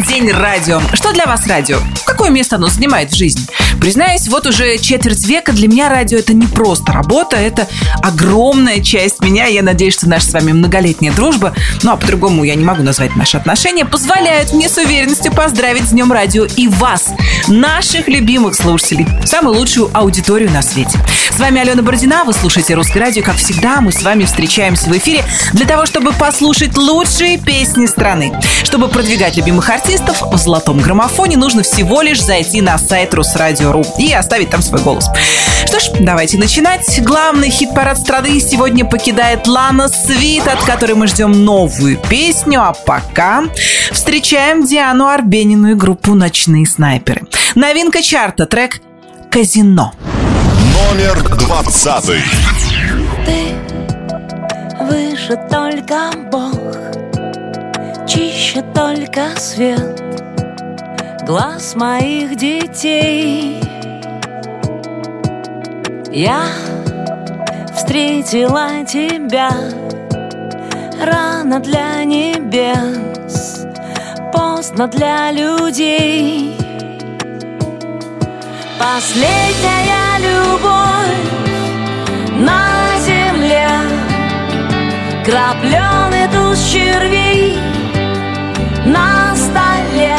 День радио. Что для вас радио? Какое место оно занимает в жизни? Признаюсь, вот уже четверть века для меня радио — это не просто работа, это огромная часть меня. Я надеюсь, что наша с вами многолетняя дружба, ну а по-другому я не могу назвать наши отношения, позволяют мне с уверенностью поздравить с Днем радио и вас, наших любимых слушателей, самую лучшую аудиторию на свете. С вами Алена Бородина, вы слушаете «Русское радио». Как всегда, мы с вами встречаемся в эфире для того, чтобы послушать лучшие песни страны. Чтобы продвигать любимых артистов в золотом граммофоне, нужно всего лишь зайти на сайт Русрадио.ру и оставить там свой голос. Что ж, давайте начинать. Главный хит-парад страны сегодня покидает Лана Свит, от которой мы ждем новую песню. А пока встречаем Диану Арбенину и группу «Ночные снайперы». Новинка чарта, трек «Казино». Номер 20. Ты выше только Бог, чище только свет глаз моих детей. Я встретила тебя рано для небес, поздно для людей. Последняя любовь на земле, краплёный туз червей на столе.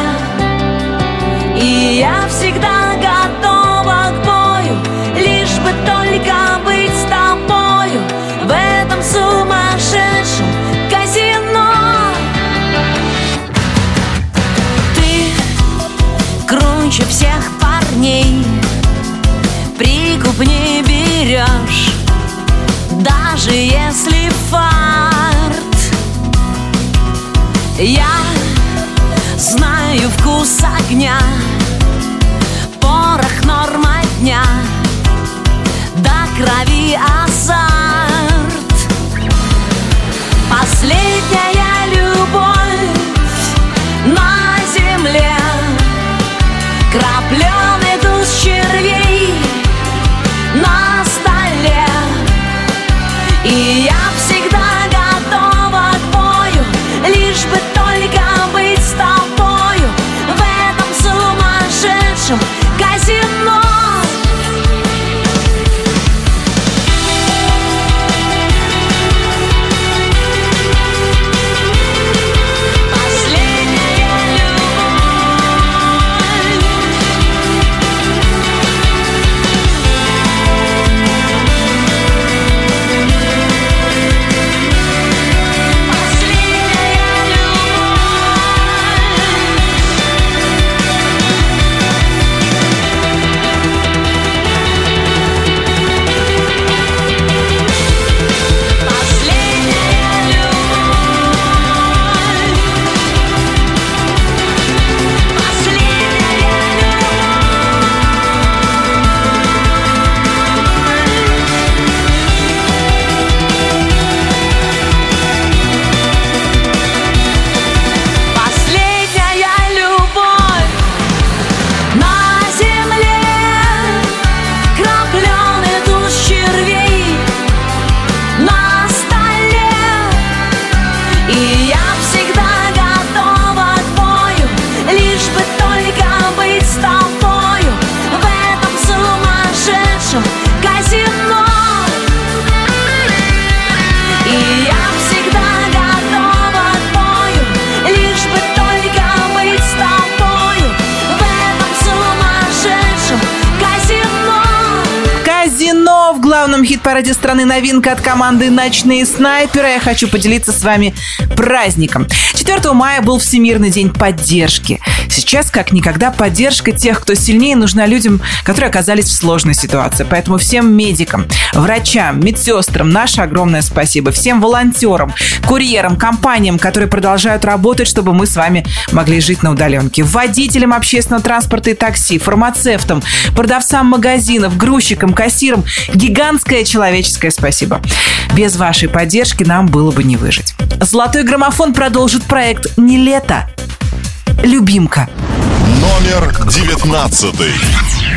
И я всегда готова к бою, лишь бы только быть с тобою в этом сумасшедшем казино. Ты круче всех парней, прикуп не берешь, даже если фарт. Я знаю вкус огня, порох норма дня, до крови азарт. Последняя любовь на земле, краплёный туз червей на столе. И я всегда готова к бою, лишь бы только быть с тобою в этом сумасшедшем казино. В главном хит-параде страны новинка от команды «Ночные снайперы». Я хочу поделиться с вами праздником. 4 мая был Всемирный день поддержки. Сейчас, как никогда, поддержка тех, кто сильнее, нужна людям, которые оказались в сложной ситуации. Поэтому всем медикам, врачам, медсестрам наше огромное спасибо. Всем волонтерам, курьерам, компаниям, которые продолжают работать, чтобы мы с вами могли жить на удаленке. Водителям общественного транспорта и такси, фармацевтам, продавцам магазинов, грузчикам, кассирам. Гигантское человеческое спасибо. Без вашей поддержки нам было бы не выжить. Золотой граммофон продолжит проект «Не лето». Любимка. Номер 19.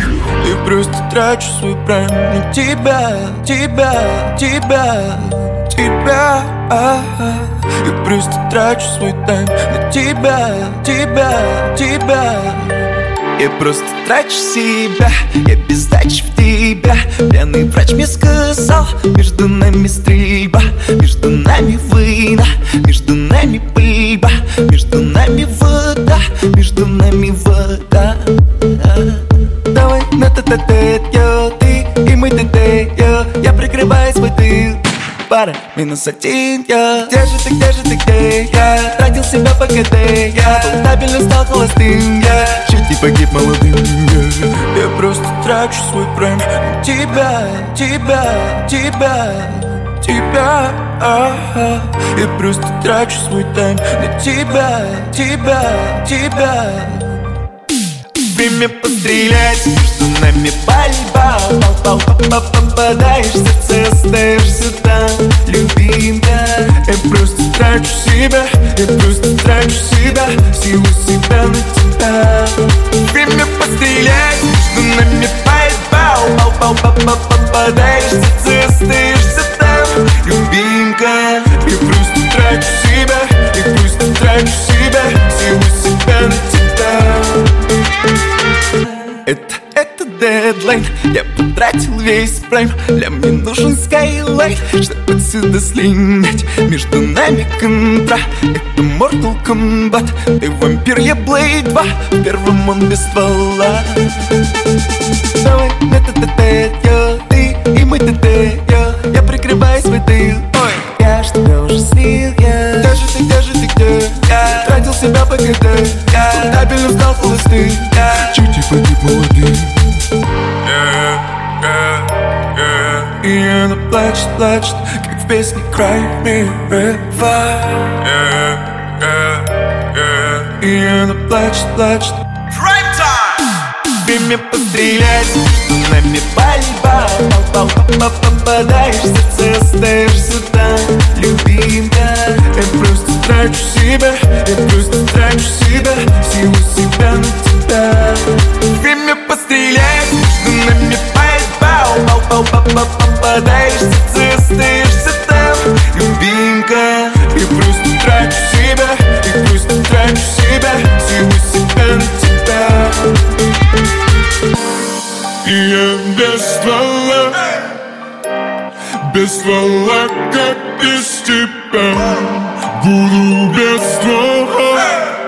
И просто трачу свой прайм на тебя, тебя, тебя, тебя. И просто трачу свой тайм на тебя, тебя, тебя. Я просто трачу себя, я без сдачи в тебя. Пьяный врач мне сказал, между нами стрельба, между нами война, между нами пыльба, между нами вода, между нами вода. Давай на тет-а-тет, ты и мы тет-а-тет, я прикрываю свой тыл. Пара, -1, я. Где же ты, где я? Тратил себя по КД, я был стабильно, стал холостым, я чуть не погиб молодым, я просто трачу свой прайм на тебя, тебя, тебя, тебя. Я просто трачу свой тайм на тебя, тебя, тебя. Время пострелять, между нами борьба. Попадаешь в сердце, остаешься там, любимая. Я просто трачу себя, я просто трачу себя, силу себя на тебя. Время пострелять, между нами борьба. Попадаешь в сердце, остаешься там, любимая. Я просто трачу себя, я просто трачу себя, силу себя на тебя. Это дедлайн, я потратил весь прайм. Для мне нужен Skylite, чтобы отсюда слинять. Между нами контра, это Mortal Kombat. Ты вампир, я Blade 2, в первом он без ствола. Давай на тет-а-тет, ты и мы тет-а-тет, я прикрываю свой тыл. Ой, я ж тебя уже слил, я. Где же ты, где я? Тратил себя по КД, я стабильно стал холостым, я чуть не погиб молодым. И она плачет, плачет, как в песне Cry Me River. И она плачет, плачет. Время пострелять, между нами борьба. Попадаешь в сердце, остаешься там, любимая. Я просто трачу себя, я просто трачу себя, силу себя на тебя. Время пострелять, между нами борьба. Попадаешь в сердце, остаешься там, любимая. Я просто трачу себя, я просто трачу себя, силу себя на тебя. И я без ствола, как без тебя. Буду без ствола,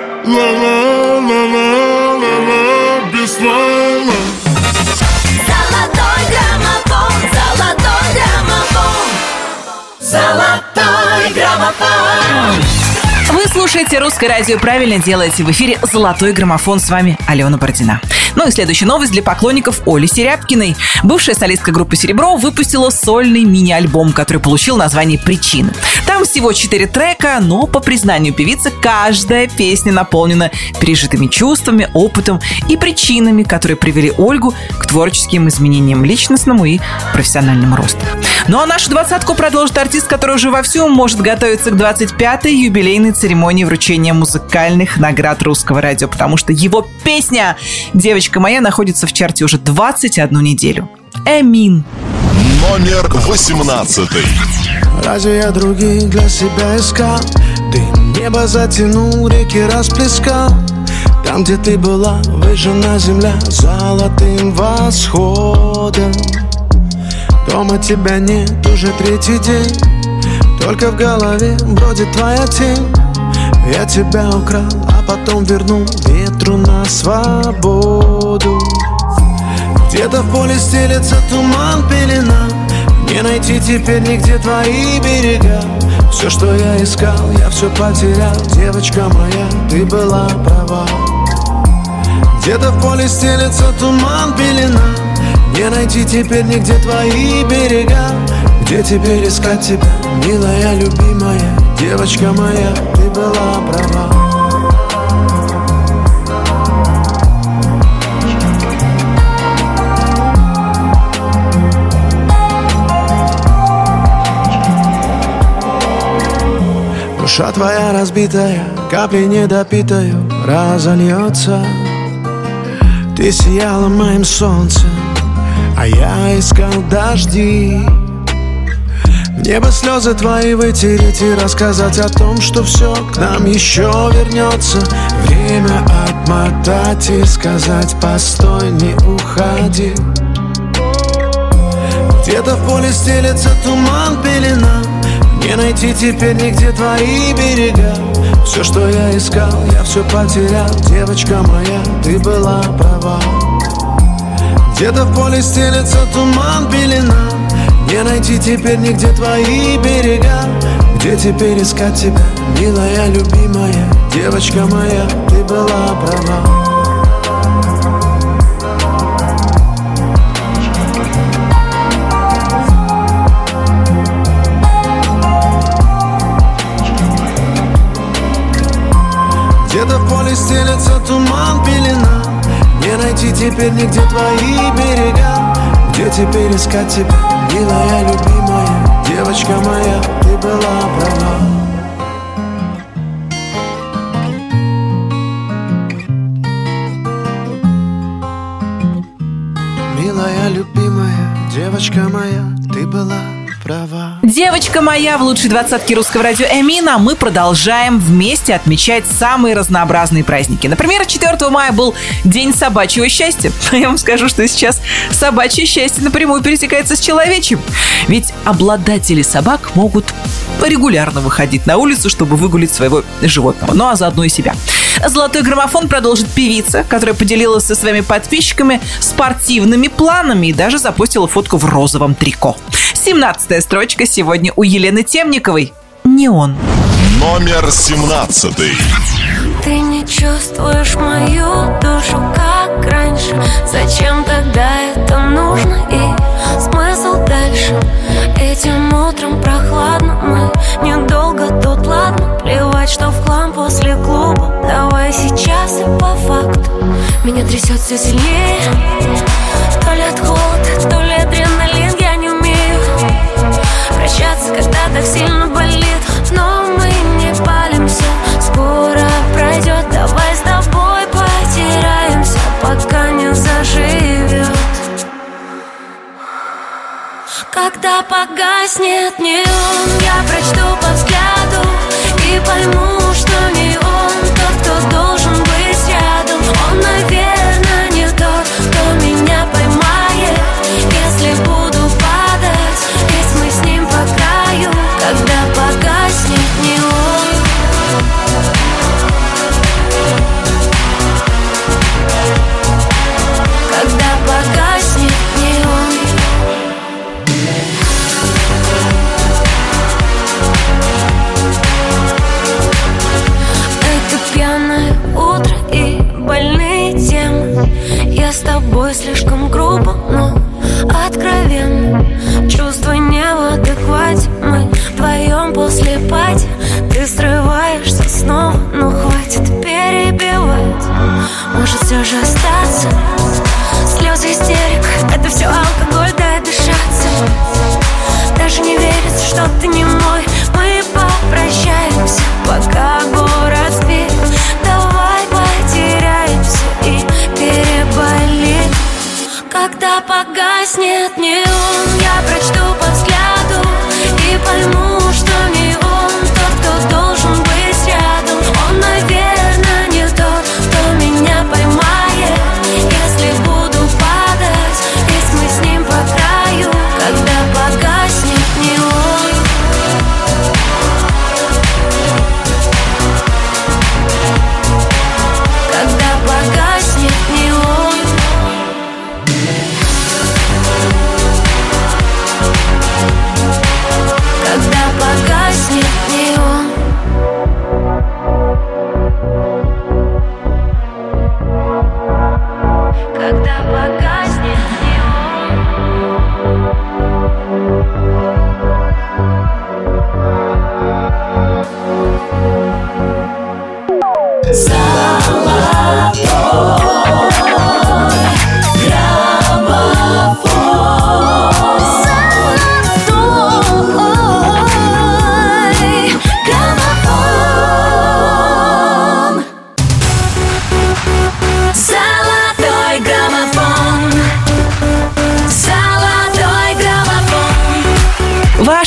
ла-ла-ла-ла-ла-ла, без ствола. Золотой граммофон, золотой граммофон, золотой граммофон. Вы слушаете «Русское радио», правильно делаете. В эфире «Золотой граммофон». С вами Алена Бородина. Ну и следующая новость для поклонников Оли Серябкиной. Бывшая солистка группы «Серебро» выпустила сольный мини-альбом, который получил название «Причины». Там всего 4 трека, но, по признанию певицы, каждая песня наполнена пережитыми чувствами, опытом и причинами, которые привели Ольгу к творческим изменениям личностному и профессиональному росту. Ну а нашу двадцатку продолжит артист, который уже вовсю может готовиться к 25-й юбилейной церемонии вручения музыкальных наград Русского радио, потому что его песня «Девочка моя» находится в чарте уже 21 неделю. Эмин. Номер 18. Разве я других для себя искал? Ты небо затянул, реки расплескал. Там, где ты была, выжжена земля золотым восходом. Дома тебя нет уже 3-й день, только в голове бродит твоя тень. Я тебя украл, а потом вернул ветру на свободу. Где-то в поле стелется туман, пелена. Не найти теперь нигде твои берега. Все, что я искал, я все потерял. Девочка моя, ты была права. Где-то в поле стелется туман, пелена. Не найти теперь нигде твои берега. Где теперь искать тебя, милая, любимая? Девочка моя, ты была права. Душа твоя разбитая, капли недопитою разольется. Ты сияла моим солнцем, я искал дожди. В небо слезы твои вытереть и рассказать о том, что все к нам еще вернется. Время отмотать и сказать: постой, не уходи. Где-то в поле стелется туман, пелена. Не найти теперь нигде твои берега. Все, что я искал, я все потерял. Девочка моя, ты была права. Где-то в поле стелется туман, пелена. Не найти теперь нигде твои берега. Где теперь искать тебя, милая, любимая? Девочка моя, ты была права. Где-то в поле стелется туман, пелена. Не найти теперь нигде твои берега. Где теперь искать тебя, милая, любимая? Девочка моя, ты была права. Милая, любимая, девочка моя, ты была права. Девочка моя в лучшей двадцатке русского радио Эмина. Мы продолжаем вместе отмечать самые разнообразные праздники. Например, 4 мая был День собачьего счастья. Я вам скажу, что сейчас собачье счастье напрямую пересекается с человечьим. Ведь обладатели собак могут регулярно выходить на улицу, чтобы выгулить своего животного, ну а заодно и себя. Золотой граммофон продолжит певица, которая поделилась со своими подписчиками спортивными планами и даже запостила фотку в розовом трико. 17-я строчка сегодня у Елены Темниковой. «Неон». Номер 17. Ты не чувствуешь мою душу, как раньше. Зачем тогда это нужно и смысл дальше? Этим утром прохладно, мы недолго тут, ладно. Плевать, что в хлам после клуба. Давай сейчас и по факту. Меня трясет все сильнее. То ли от холода, то ли адреналин. Я не умею прощаться, когда так сильно болит. Но мы не палимся, скоро пройдет. Давай с тобой потеряемся, пока не заживет. Когда погаснет неон, я прочту по взгляду и пойму, что не он тот, кто должен быть рядом. Он, наверное, не тот, кто меня поймает, если буду падать, ведь мы с ним по краю. Когда погаснет неон, когда погаснет неон. Это пьяное утро и больные темы. Я с тобой слишком грубо, но откровенно. Чувства не в адеквате, мы вдвоем после пати. Ты срываешься снова, но хватит перебивать. Может все же остаться? Слезы, истерика, это все алкоголь, дай дышаться. Даже не верится, что ты не мой. Мы попрощаемся, пока город спит. Давай потеряемся и переболит. Когда погаснет неон, я прочту по взгляду и пойму, что не он тот, кто должен быть рядом. Он, наверное, не тот, кто меня поймает, если буду падать, ведь мы с ним по краю. Когда погаснет неон, когда погаснет неон, когда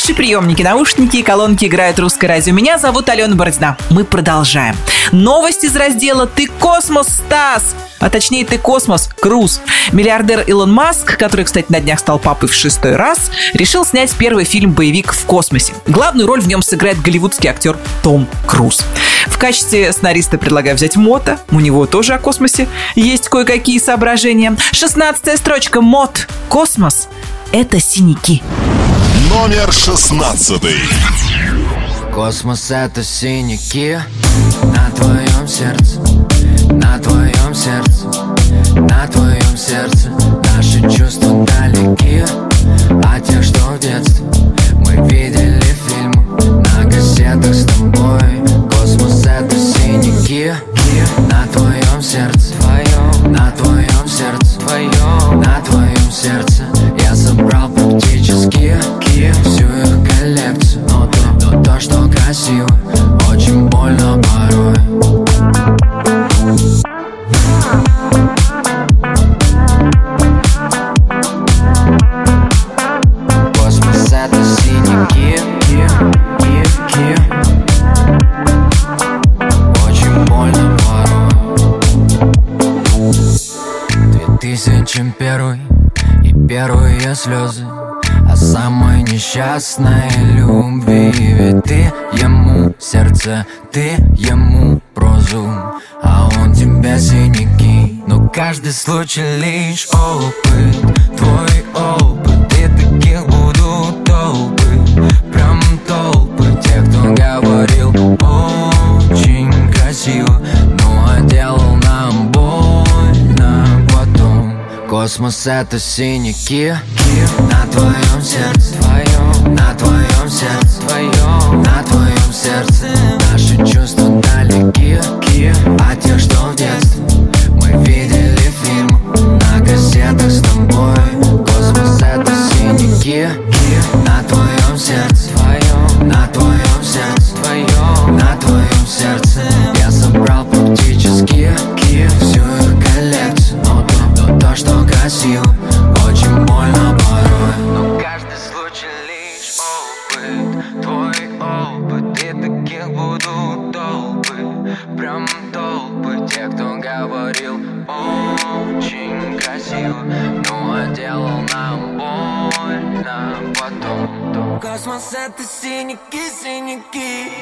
Ваши приемники, наушники и колонки играют русское радио. Меня зовут Алена Бородина. Мы продолжаем. Новость из раздела «Ты космос, Стас!» А точнее, «Ты космос, Круз». Миллиардер Илон Маск, который, кстати, на днях стал папой в 6-й раз, решил снять первый фильм-боевик в космосе. Главную роль в нем сыграет голливудский актер Том Круз. В качестве сценариста предлагаю взять Мота. У него тоже о космосе есть кое-какие соображения. 16-я строчка. Мот. Космос — это синяки. Номер 16. Космос — это синяки на твоем сердце, на твоем сердце, на твоем сердце. Наши чувства далеки от тех, что в детстве мы видели фильмы на кассетах с тобой. Космос — это синяки на твоем сердце, на твоем сердце, на твоем сердце. Я собрал практически всю их коллекцию, но то, что красиво, очень больно порой. Космос — это синяки, очень больно порой. 2001 и первые слезы о самой несчастной любви. Ведь ты ему сердце, ты ему прозу, а он тебе синяки. Но каждый случай лишь опыт, твой опыт. И таких будут толпы, прям толпы. Те, кто говорил очень красиво, но делал нам больно потом. Космос — это синяки на твоем сердце, на твоем сердце, на твоем сердце. Наши чувства далеки от тех, что в детстве мы видели фильм на кассетах с тобой. Космос — это синяки на твоем сердце, на твоем сердце, на твоем сердце. Я собрал практически всю их коллекцию, но то, что красиво, очень больно порой. Но каждый случай лишь опыт, твой опыт. И таких будут толпы, прям толпы. Те, кто говорил очень красиво, но делал нам больно потом. Космос — это синяки, синяки.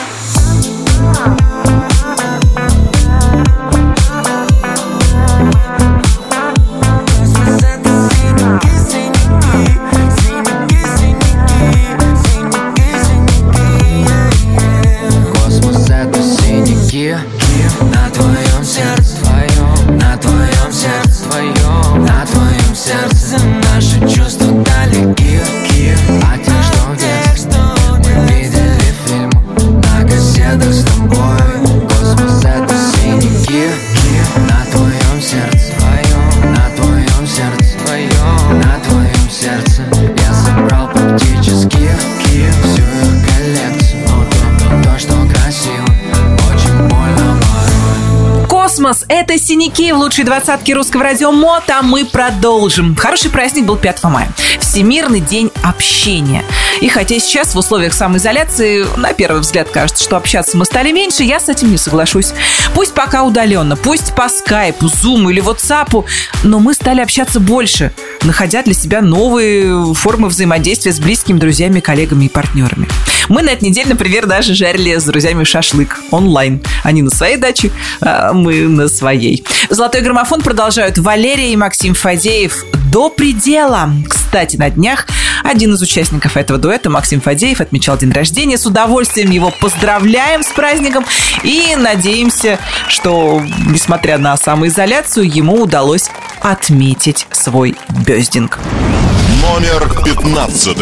На твоем сердце, на твоем сердце, на твоем сердце. Наши чувства далеки от тех, что в детстве мы видели фильм на кассетах с тобой. Космос — это синяки на твоем сердце, на твоем сердце, на твоем сердце. Я собрал практически всю их коллекцию, но то, что красиво, очень больно порой. Космос — это синяки в лучшей двадцатке русского радио МОТ, а мы продолжим. Хороший праздник был 5 мая. Всемирный день общения. И хотя сейчас в условиях самоизоляции на первый взгляд кажется, что общаться мы стали меньше, я с этим не соглашусь. Пусть пока удаленно, пусть по скайпу, зуму или ватсапу, но мы стали общаться больше, находя для себя новые формы взаимодействия с близкими друзьями, коллегами и партнерами. Мы на этой неделе, например, даже жарили с друзьями шашлык онлайн. Они на своей даче, а мы на своей. Золотой граммофон продолжают Валерия и Максим Фадеев «До предела». Кстати, на днях один из участников этого дуэта, Максим Фадеев, отмечал день рождения. С удовольствием его поздравляем с праздником и надеемся, что, несмотря на самоизоляцию, ему удалось отметить свой бёздинг. Номер 15.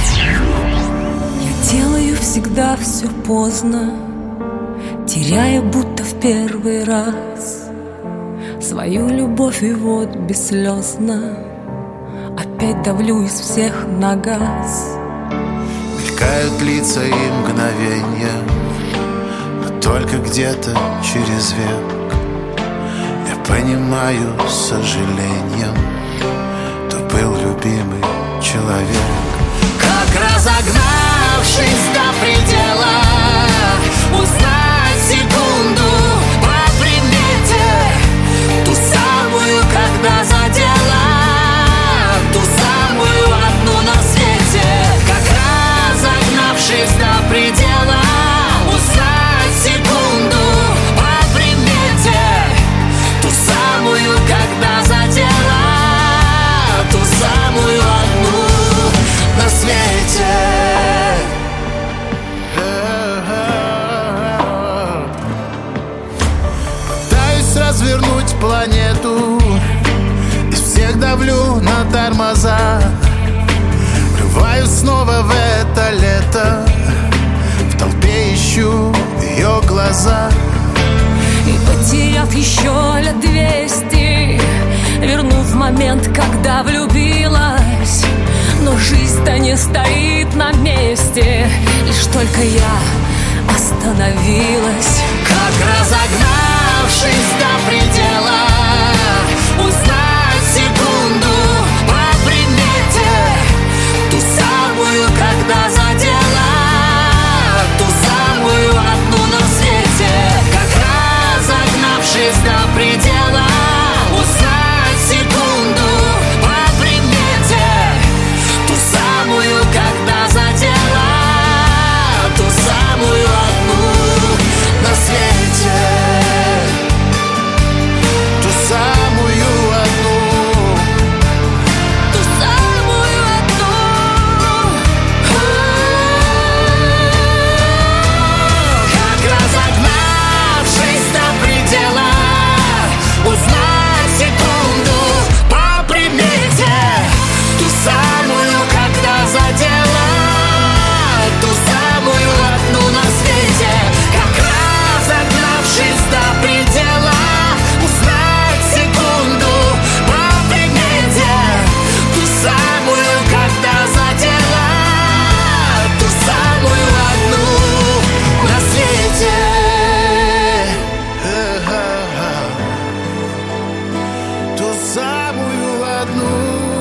Я делаю всегда все поздно, теряя будто в первый раз свою любовь, и вот бесслезно опять давлю из всех на газ. Мелькают лица и мгновенья, но только где-то через век я понимаю с сожалением, то был любимый человек. Как разогнать глаза. Врываюсь снова в это лето, в толпе ищу ее глаза. И потеряв еще лет 200, вернув момент, когда влюбилась, но жизнь-то не стоит на месте, лишь только я остановилась. Как разогнавшись до предела, узнать секунду по примете, ту самую, когда задела, ту самую одну на свете. Как разогнавшись до предела, узнать секунду по примете, ту самую, когда задела, ту самую одну на свете. Ту самую одну, ту самую одну. Как разогнавшись до предела, узнать секунду по примете, ту самую, когда задела, ту самую одну на свете. Как разогнавшись до предела, узнать секунду по примете, ту самую, когда задела, ту самую одну на свете. Ту самую одну.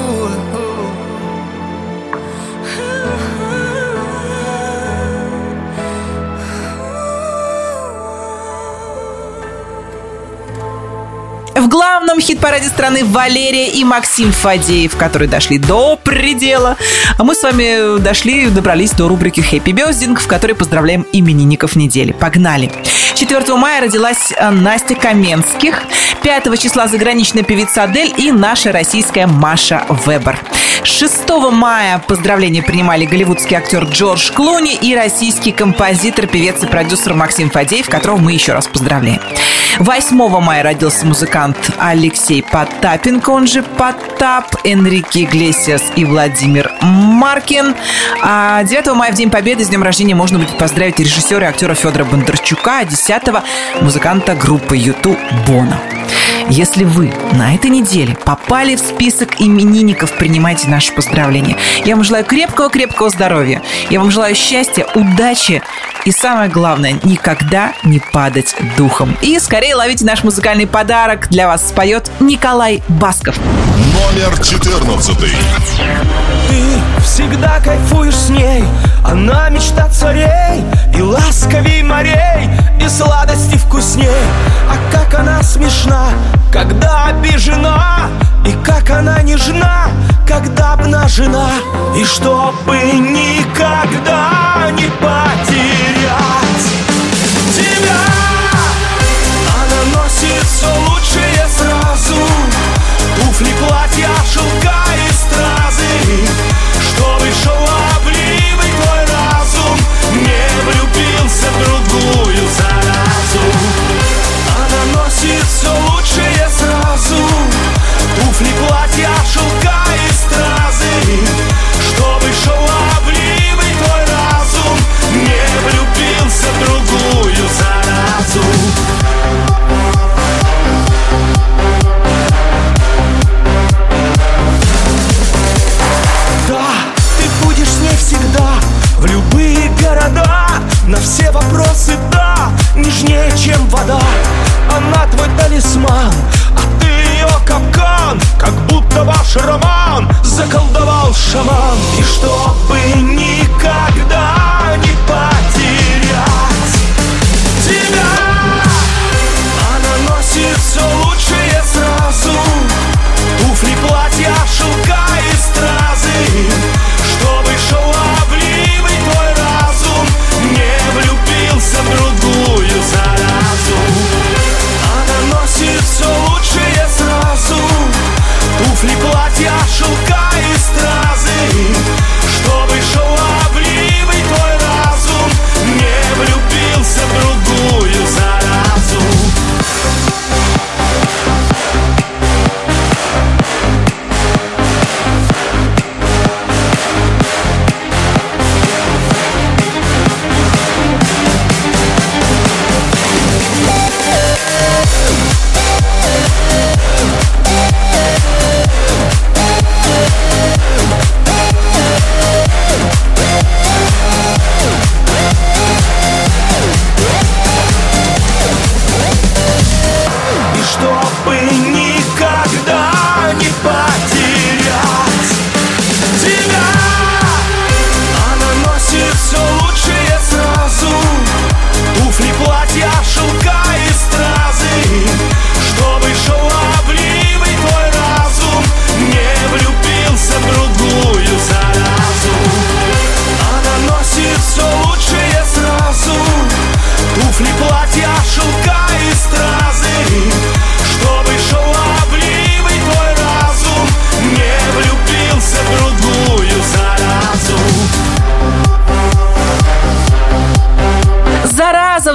В главном хит-параде страны Валерия и Максим Фадеев, которые дошли до предела. А мы с вами добрались до рубрики «Хэппи Бёздинг», в которой поздравляем именинников недели. Погнали! 4 мая родилась Настя Каменских. 5 числа заграничная певица Адель и наша российская Маша Вебер. 6 мая поздравления принимали голливудский актер Джордж Клуни и российский композитор, певец и продюсер Максим Фадеев, которого мы еще раз поздравляем. 8 мая родился музыкант Алексей Потапенко, он же Потап, Энрике Иглесиас и Владимир Маркин. А 9 мая, в День Победы, с днем рождения можно будет поздравить режиссера и актера Федора Бондарчука, а 10-го музыканта группы U2 Боно. Если вы на этой неделе попали в список именинников, принимайте наши поздравления. Я вам желаю крепкого-крепкого здоровья. Я вам желаю счастья, удачи и, самое главное, никогда не падать духом. И скорее ловите наш музыкальный подарок. Для вас споет Николай Басков. Номер 14. Ты всегда кайфуешь с ней, она мечта царей, и ласковей морей, и сладости вкусней. А как она смешна, когда обижена, и как она нежна, когда обнажена. И чтобы никогда не потерять тебя, она носит все лучшее сразу: туфли, платья, шелка и стразы, чтобы шаловливый твой разум не влюбился в другую заразу. Она носит все лучшее сразу: туфли, платья, шелка и стразы, чтобы шаловливый твой разум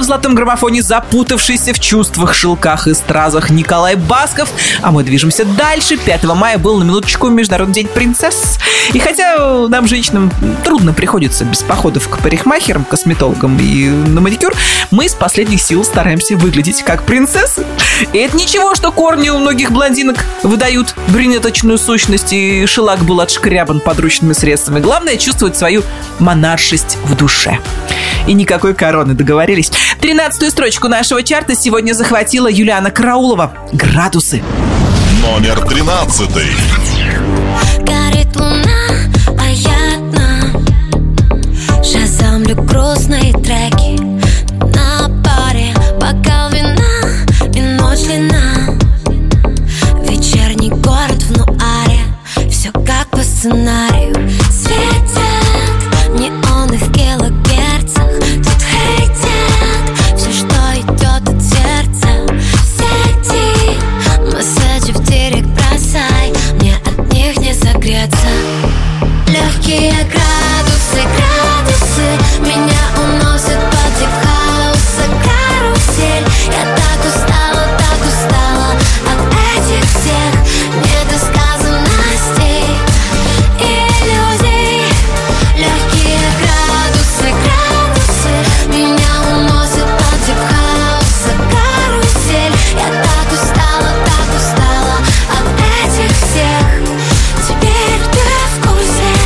золотом граммофоне запутавшийся в чувствах, шелках и стразах Николай Басков. А мы движемся дальше. 5 мая был на минуточку Международный день принцесс. И хотя нам, женщинам, трудно приходится без походов к парикмахерам, косметологам и на маникюр, мы из последних сил стараемся выглядеть как принцессы. И это ничего, что корни у многих блондинок выдают брюнеточную сущность, и шелак был отшкрябан подручными средствами. Главное — чувствовать свою монаршесть в душе. И никакой короны, договорились? 13-ю строчку нашего чарта сегодня захватила Юлиана Караулова. «Градусы». Номер 13. Горит луна, а я одна. Шазамлю грустные треки на паре. Бокал вина и ночь длина. Вечерний город в нуаре. Все как по сценарию. Светят неоны в килогерцах. Тут хейтят все, что идет от сердца. В сети месседжи в директ бросай. Мне от них не согреться. Легкие градусы, градусы меня уносят по дип-хауса. Карусель. Я так устала от этих всех недосказанностей, иллюзий. Легкие градусы, градусы меня уносят по дип-хауса. Карусель. Я так устала от этих всех. Теперь ты в курсе.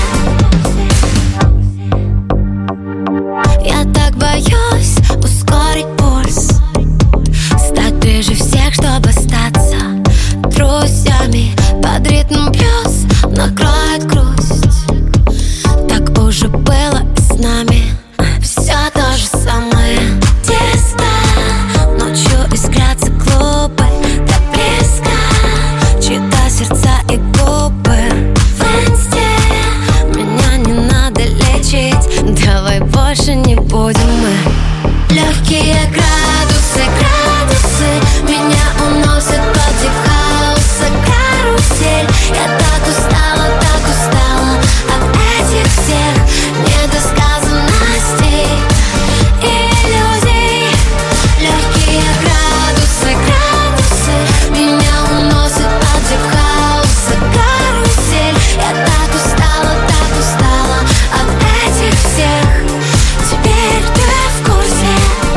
Я так боюсь ускорить пульс, стать ближе всех, чтобы остаться друзьями. Под ритм плюс накроет грусть. Так уже было и с нами. Все то же самое. Тесно ночью искрятся клубы. Так близко чьи-то сердца и губы. В инсте меня не надо лечить. Давай больше не будем мы. Легкие градусы, градусы меня уносят по дип-хауса. Карусель. Я так устала от этих всех недосказанностей, иллюзий. Легкие градусы, градусы меня уносят по дип-хауса. Карусель. Я так устала от этих всех. Теперь ты в курсе.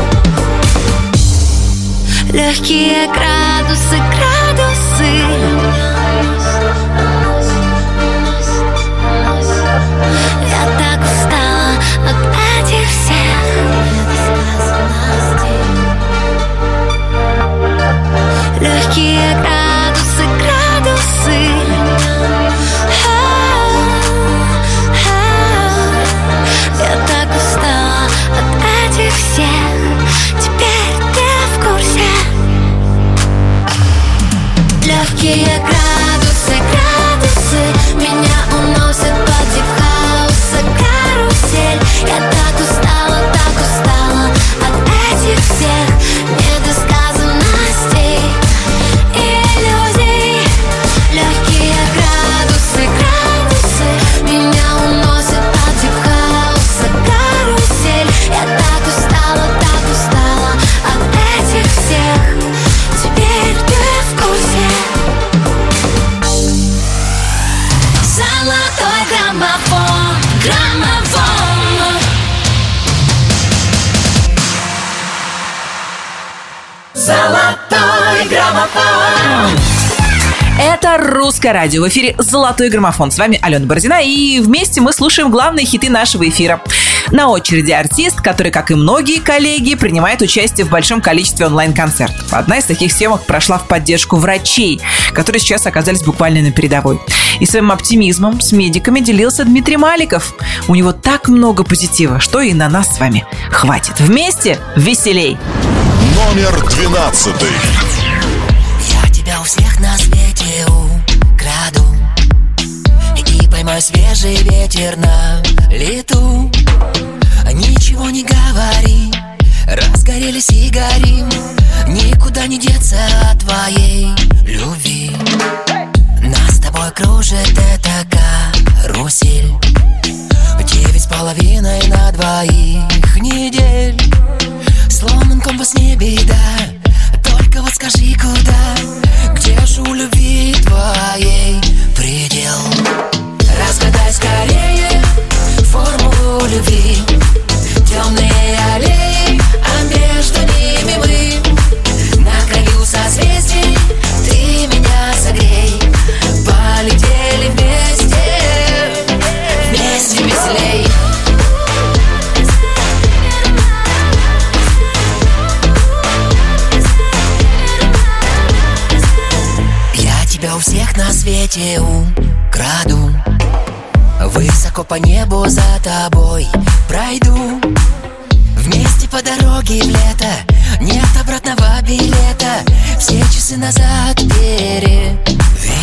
Легкие градусы, градусы. Я так устала от этих всех недосказанностей. Легкие градусы, градусы. Я так устала от этих всех. Теперь ты в курсе. Легкие градусы, градусы меня уносят по дип-хауса. Карусель. Я так устала от этих всех недосказанностей, иллюзий. Легкие градусы, градусы меня уносят по дип-хауса. Карусель. Я так устала от этих всех. Теперь ты в курсе. Золотой граммофон, граммофон. Золотой граммофон. Это «Русское радио». В эфире «Золотой граммофон». С вами Алена Бородина. И вместе мы слушаем главные хиты нашего эфира. На очереди артист, который, как и многие коллеги, принимает участие в большом количестве онлайн-концертов. Одна из таких съемок прошла в поддержку врачей, которые сейчас оказались буквально на передовой. И своим оптимизмом с медиками делился Дмитрий Маликов. У него так много позитива, что и на нас с вами хватит. Вместе веселей! Номер 12. Я тебя у всех на свете украду и поймаю свежий ветер на лету. Ничего не говори, разгорелись и горим. Никуда не деться от твоей любви. Нас с тобой кружит эта карусель. 9,5 на 2 недель. Сломан свете украду. Высоко по небу за тобой пройду. Вместе по дороге в лето, нет обратного билета. Все часы назад переведу.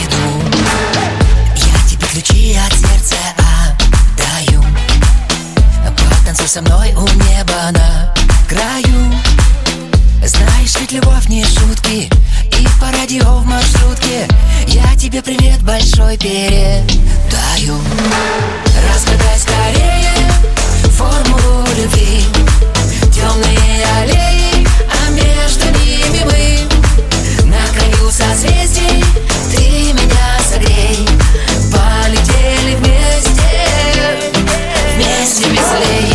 Я тебе ключи от сердца отдаю. Потанцуй со мной у неба на краю. Знаешь, ведь любовь не шутки. И по радио в маршрутке я тебе привет большой передаю. Разгадай скорее формулу любви. Темные аллеи, а между ними мы. На краю созвездий ты меня согрей. Полетели вместе, вместе веселей.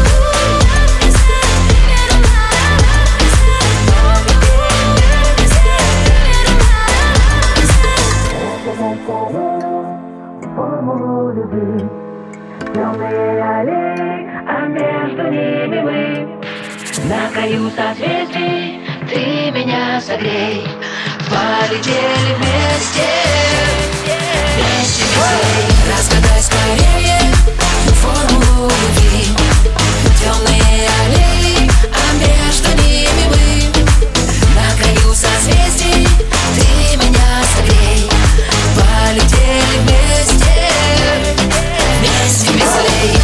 Темные аллеи, а между ними мы. На краю созвездий ты меня согрей. Полетели вместе, вместе веселей. Разгадай скорее формулу любви. Темные аллеи, а между ними мы. На краю созвездий ты меня согрей. Полетели вместе, вместе веселей.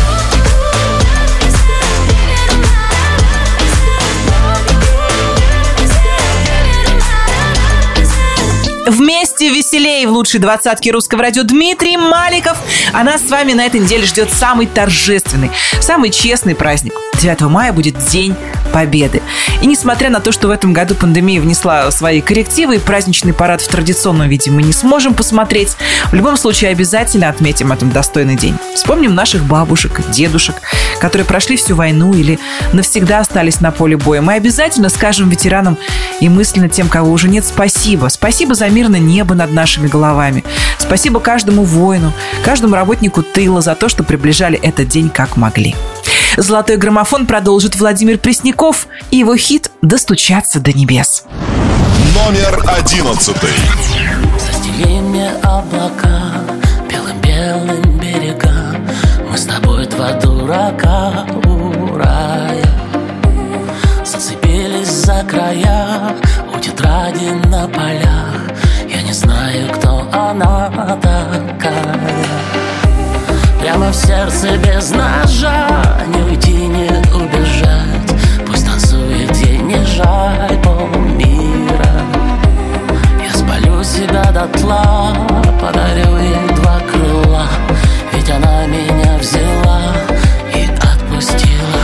Вместе веселей в лучшей двадцатке русского радио Дмитрий Маликов. А нас с вами на этой неделе ждет самый торжественный, самый честный праздник. 9 мая будет День Победы. И несмотря на то, что в этом году пандемия внесла свои коррективы, и праздничный парад в традиционном виде мы не сможем посмотреть, в любом случае обязательно отметим этот достойный день. Вспомним наших бабушек, дедушек, которые прошли всю войну или навсегда остались на поле боя. Мы обязательно скажем ветеранам и мысленно тем, кого уже нет, спасибо. Спасибо за мирное небо над нашими головами. Спасибо каждому воину, каждому работнику тыла за то, что приближали этот день как могли. Золотой граммофон продолжит Владимир Пресняков и его хит «Достучаться до небес». Номер 11. Застели мне облака белым-белым берегам. Мы с тобой два дурака у рая. Зацепились за края у тетради на полях. Я не знаю, кто она такая. Прямо в сердце без ножа. Не уйти, не убежать. Пусть танцует, ей не жаль полмира. Я спалю себя дотла. Подарю ей два крыла. Ведь она меня взяла и отпустила.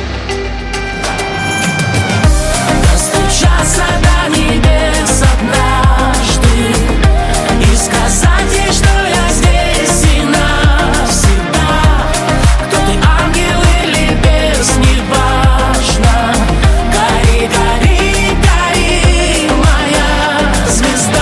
Достучаться до небес однажды и сказать ей, что я здесь и навсегда. Кто ты, ангел или бес, неважно. Гори, гори, гори, моя звезда.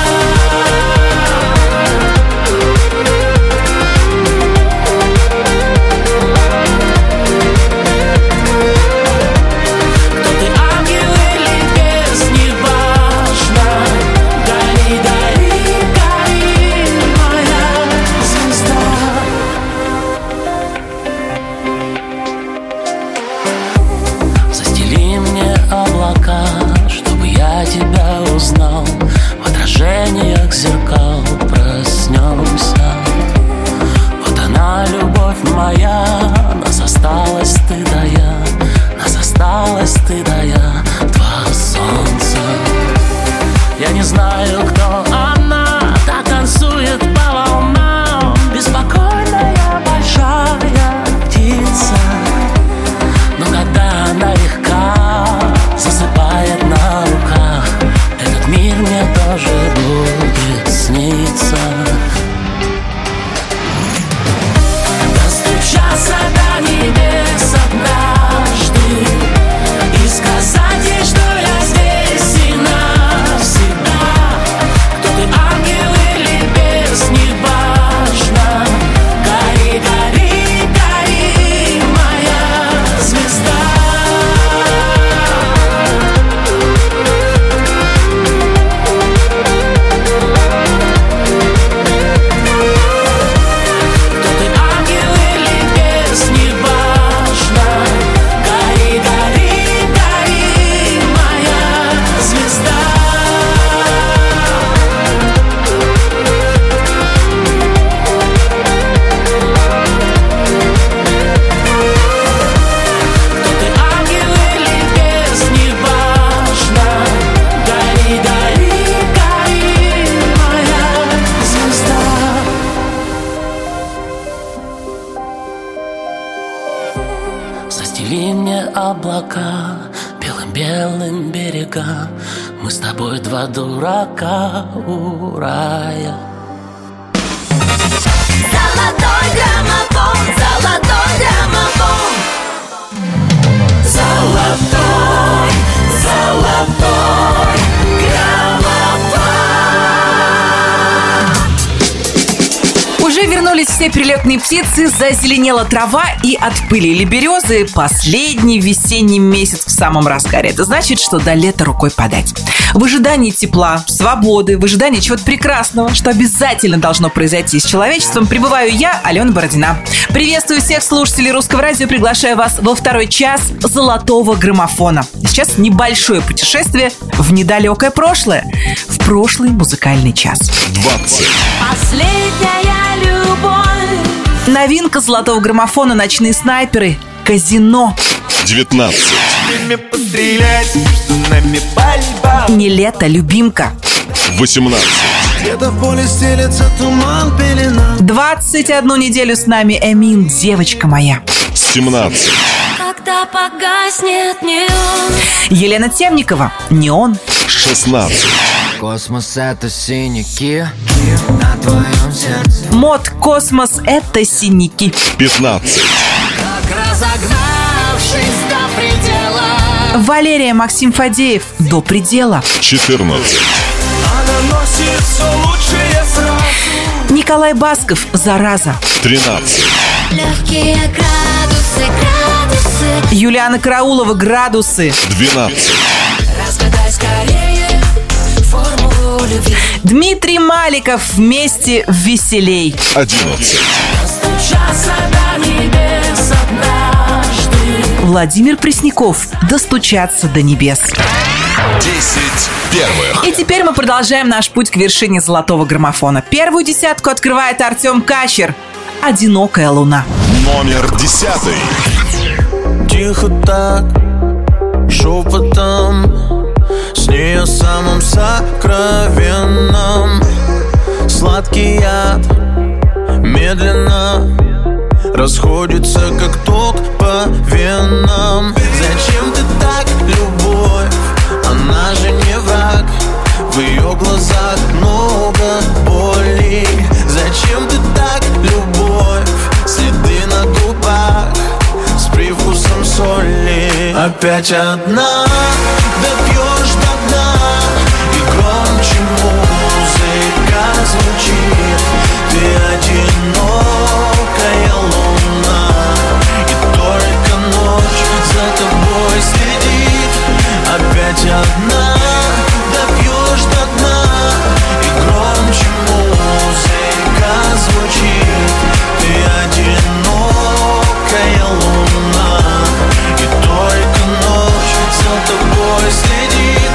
Кто ты, ангел или бес, неважно. Гори, гори, гори, моя звезда. Застели мне облака, чтобы я тебя узнал. В отражениях зеркал проснемся. Вот она, любовь моя. Нас осталось ты да я. Нас осталось ты да я. Два солнца. Я не знаю, кто она. Так танцует по волнам. Беспокойная большая птица. Но когда она легка, засыпает на руках, этот мир мне тоже будет сниться. Достучаться до небес однажды и сказать ей, что я здесь и навсегда. Кто ты, Привели мне облака, белым-белым берега. Мы с тобой два дурака у рая. Золотой граммофон, золотой граммофон. Золотой, золотой граммофон. Уже вернулись все перелетные птицы, зазеленела трава и отпылили березы. Последний весенний месяц в самом разгаре. Это значит, что до лета рукой подать. В ожидании тепла, свободы, в ожидании чего-то прекрасного, что обязательно должно произойти с человечеством, пребываю я, Алена Бородина. Приветствую всех слушателей Русского радио, приглашаю вас во второй час золотого граммофона. Сейчас небольшое путешествие в недалекое прошлое, в прошлый музыкальный час. 20. Последняя любовь. Новинка золотого граммофона «Ночные снайперы». «Казино». 19. «Не лето, любимка». 18. Где-то в поле стелется туман, пелена. 21 неделю с нами Эмин, девочка моя. 17. Когда погаснет неон. Елена Темникова, «Неон». 16. Космос — это синяки на твоем сердце. Мод «Космос» — это синяки. 15. Как разогнавшись до предела. Валерия Максим Фадеев, «До предела». 14. Она носит все лучшее сразу. Николай Басков, «Зараза». 13. Легкие градусы, градусы. Юлиана Караулова, «Градусы». 12. Разгадай скорее формулу любви. Дмитрий Маликов, «Вместе веселей». 11. Достучаться до небес однажды. Владимир Пресняков, «Достучаться до небес». 10 первых. И теперь мы продолжаем наш путь к вершине золотого граммофона. Первую десятку открывает Артем Качер, «Одинокая луна». Номер 10. Тихо так, шепотом, с ней о самом сокровенном. Сладкий яд медленно расходится, как ток по венам. Зачем ты так, любовь? Она же не враг. В ее глазах много боли. Зачем ты так, любовь? Следы на губах с привкусом соли. Опять одна, допьешь до дна, и громче музыка звучит. Ты одинокая луна, и только ночь за тобой следит. Опять одна, допьешь до дна, и громче музыка звучит. Ты одинокая луна, и только ночь за тобой следит.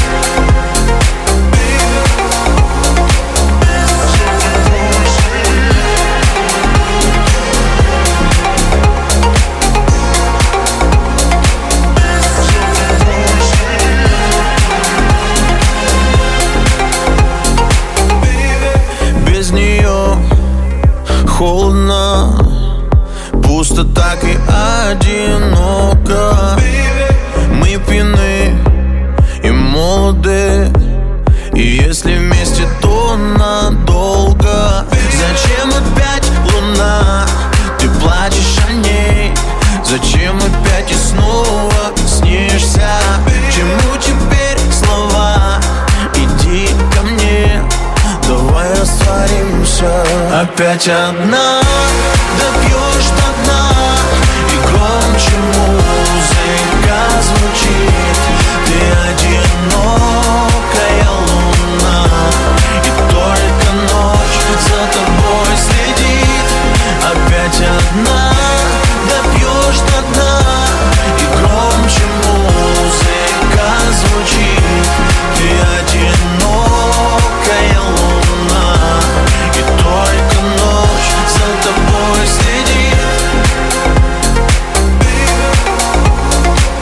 Без нее холодно, пусто так и одиноко. Мы пьяны и молоды, и если вместе, то надолго. Зачем опять луна? Ты плачешь о ней. Зачем опять и снова снишься? Чему теперь слова? Иди ко мне, давай растворимся. Опять одна, допьешь до дна, и громче музыка звучит. Ты одинокая луна, и только ночь за тобой следит. Опять одна, допьешь до дна, и громче музыка звучит. Ты одинокая луна, и только ночь за тобой следит.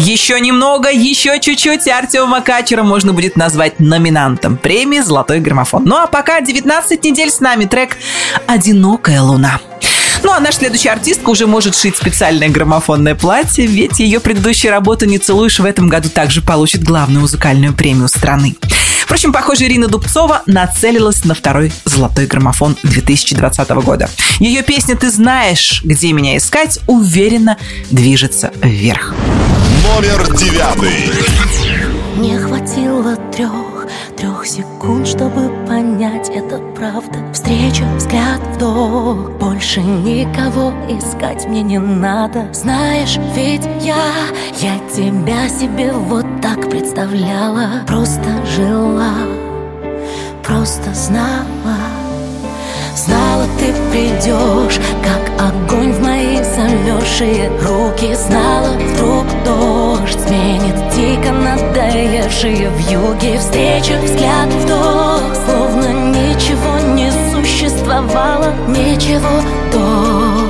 Еще немного, еще чуть-чуть, и Артема Качера можно будет назвать номинантом премии «Золотой граммофон». Ну а пока 19 недель с нами трек «Одинокая луна». Ну а наша следующая артистка уже может шить специальное граммофонное платье, ведь ее предыдущая работа «Не целуешь» в этом году также получит главную музыкальную премию страны. Впрочем, похоже, Ирина Дубцова нацелилась на второй «Золотой граммофон» 2020 года. Ее песня «Ты знаешь, где меня искать» уверенно движется вверх. Номер 9. Не хватило трех секунд, чтобы понять, это правда. Встреча, взгляд, вдох. Больше никого искать мне не надо. Знаешь, ведь я тебя себе вот так представляла. Просто жила, просто знала. Знала, ты придешь, как огонь в мои замерзшие руки. Знала, вдруг дождь сменит дико надоевшие вьюги. Встреча, взгляд, вдох, словно ничего не существовало, ничего до.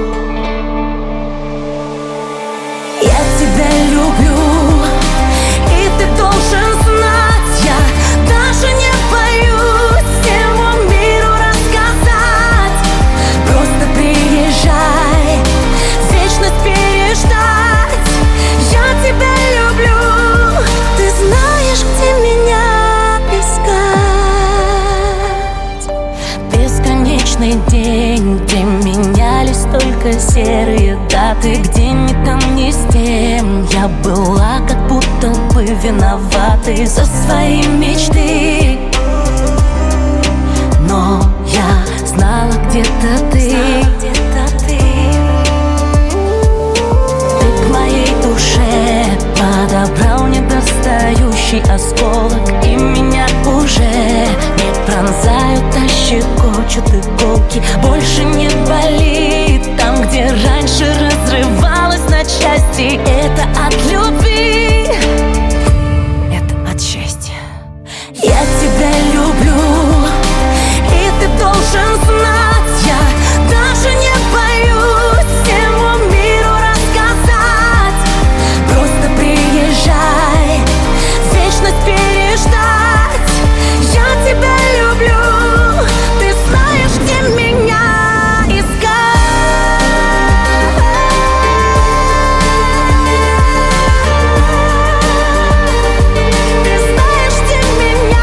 Я тебя люблю, и ты должен знать, я даже не боюсь всему миру рассказать. Просто приезжай, вечность переждать. Я тебя люблю, ты знаешь, где меня искать. Бесконечный день, где менялись только серые даты, где ни там, ни с тем я была как будто бы виноватой за свои мечты. Но я знала, где-то ты. Ты к моей душе подобрал недостающий осколок, и меня уже не пронзают, а щекочут иголки. Больше не болит там, где раньше разрывалась на части. Это от любви, это от счастья. Я тебя люблю, и ты должен знать, я даже не боюсь всему миру рассказать. Просто приезжай, вечность переждать. Я тебя люблю, ты знаешь, где меня искать. Ты знаешь, где меня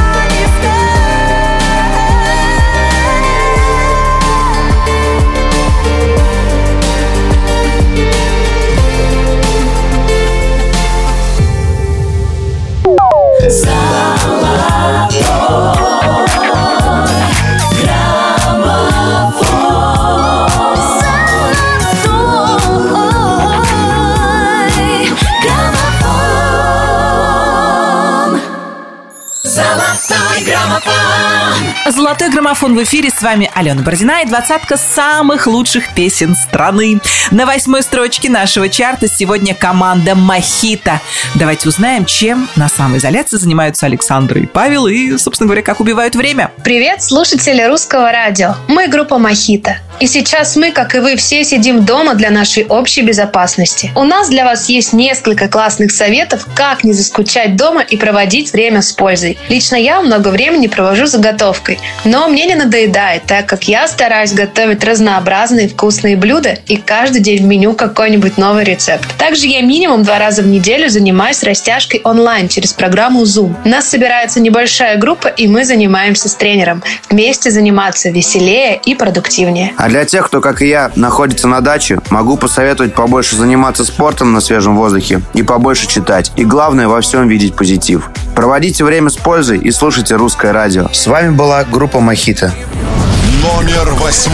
«Золотой граммофон» в эфире. С вами Алена Бородина и двадцатка самых лучших песен страны. На 8-й строчке нашего чарта сегодня команда «Мохито». Давайте узнаем, чем на самоизоляции занимаются Александра и Павел и, собственно говоря, как убивают время. Привет, слушатели Русского радио. Мы группа «Мохито». И сейчас мы, как и вы, все сидим дома для нашей общей безопасности. У нас для вас есть несколько классных советов, как не заскучать дома и проводить время с пользой. Лично я много времени провожу заготовкой, но мне не надоедает, так как я стараюсь готовить разнообразные вкусные блюда и каждый день в меню какой-нибудь новый рецепт. Также я минимум 2 раза в неделю занимаюсь растяжкой онлайн через программу Zoom. У нас собирается небольшая группа, и мы занимаемся с тренером. Вместе заниматься веселее и продуктивнее. А для тех, кто, как и я, находится на даче, могу посоветовать побольше заниматься спортом на свежем воздухе и побольше читать. И главное, во всем видеть позитив. Проводите время с пользой и слушайте Русское радио. С вами была группа «Мохито». Номер 8.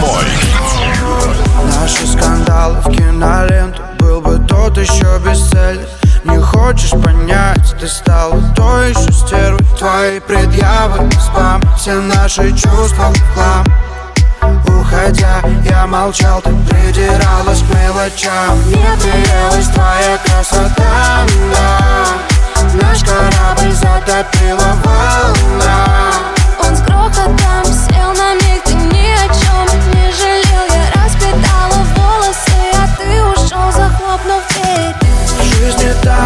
Наши скандалы в киноленту. Был бы тот еще бестселлер. Не хочешь понять, ты стала той еще стервой. Твои предъявы, спам, все наши чувства в хлам. Уходя, я молчал, ты придиралась к мелочам. Мне приелась твоя красота, да. Наш корабль затопила волна. Он с грохотом сел на миг, ты ни о чем не жалел. Я расплетала волосы, а ты ушел, захлопнув дверь. Жизнь не та,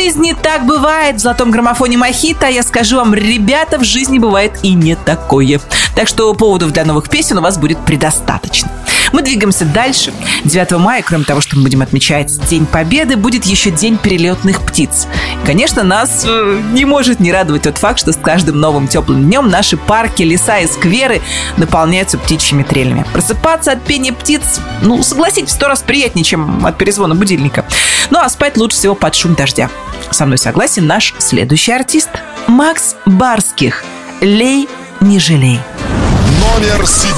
жизни так бывает. В золотом граммофоне Мохито я скажу вам, ребята, в жизни бывает и не такое. Так что поводов для новых песен у вас будет предостаточно. Мы двигаемся дальше. 9 мая, кроме того, что мы будем отмечать День Победы, будет еще День перелетных птиц. И, конечно, нас не может не радовать тот факт, что с каждым новым теплым днем наши парки, леса и скверы наполняются птичьими трелями. Просыпаться от пения птиц, согласитесь, в 100 раз приятнее, чем от перезвона будильника. Ну, а спать лучше всего под шум дождя. Со мной согласен наш следующий артист. Макс Барских. «Лей, не жалей». Номер 7.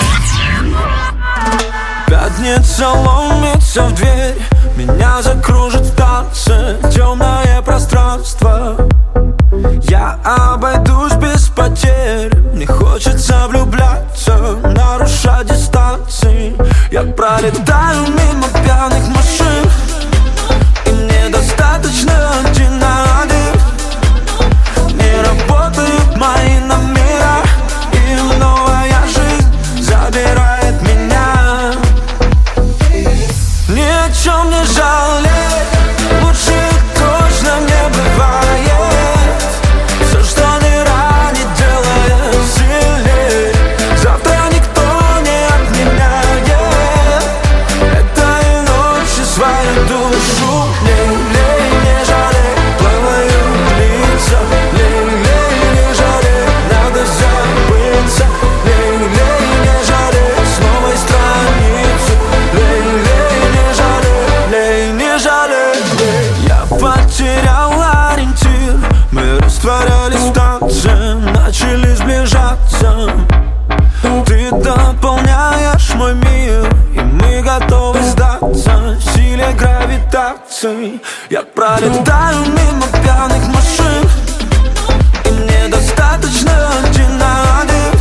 Пятница ломится в дверь, меня закружит в танце темное пространство. Я обойдусь без потерь, мне хочется влюбляться, нарушать дистанции. Я пролетаю мимо пьяных машин, и мне достаточно один на один. Не работают мои номера, и новая жизнь забирает меня. Ни о чем не жалеть, лучше точно не бывает. Все, что не ранит, делает сильнее. Завтра никто не отменяет этой ночи свою душу. Лей, лей, не жалей, плавают лица. Лей, лей, не жалей, надо забыться. Лей, лей, не жалей, с новой страницы. Лей, лей, не жалей, я потерял ориентир. Мы растворялись в танце, начали сближаться. Ты дополняешь мой мир, и мы готовы сдаться силе гравитации. Я пролетаю мимо пьяных машин, и мне достаточно один на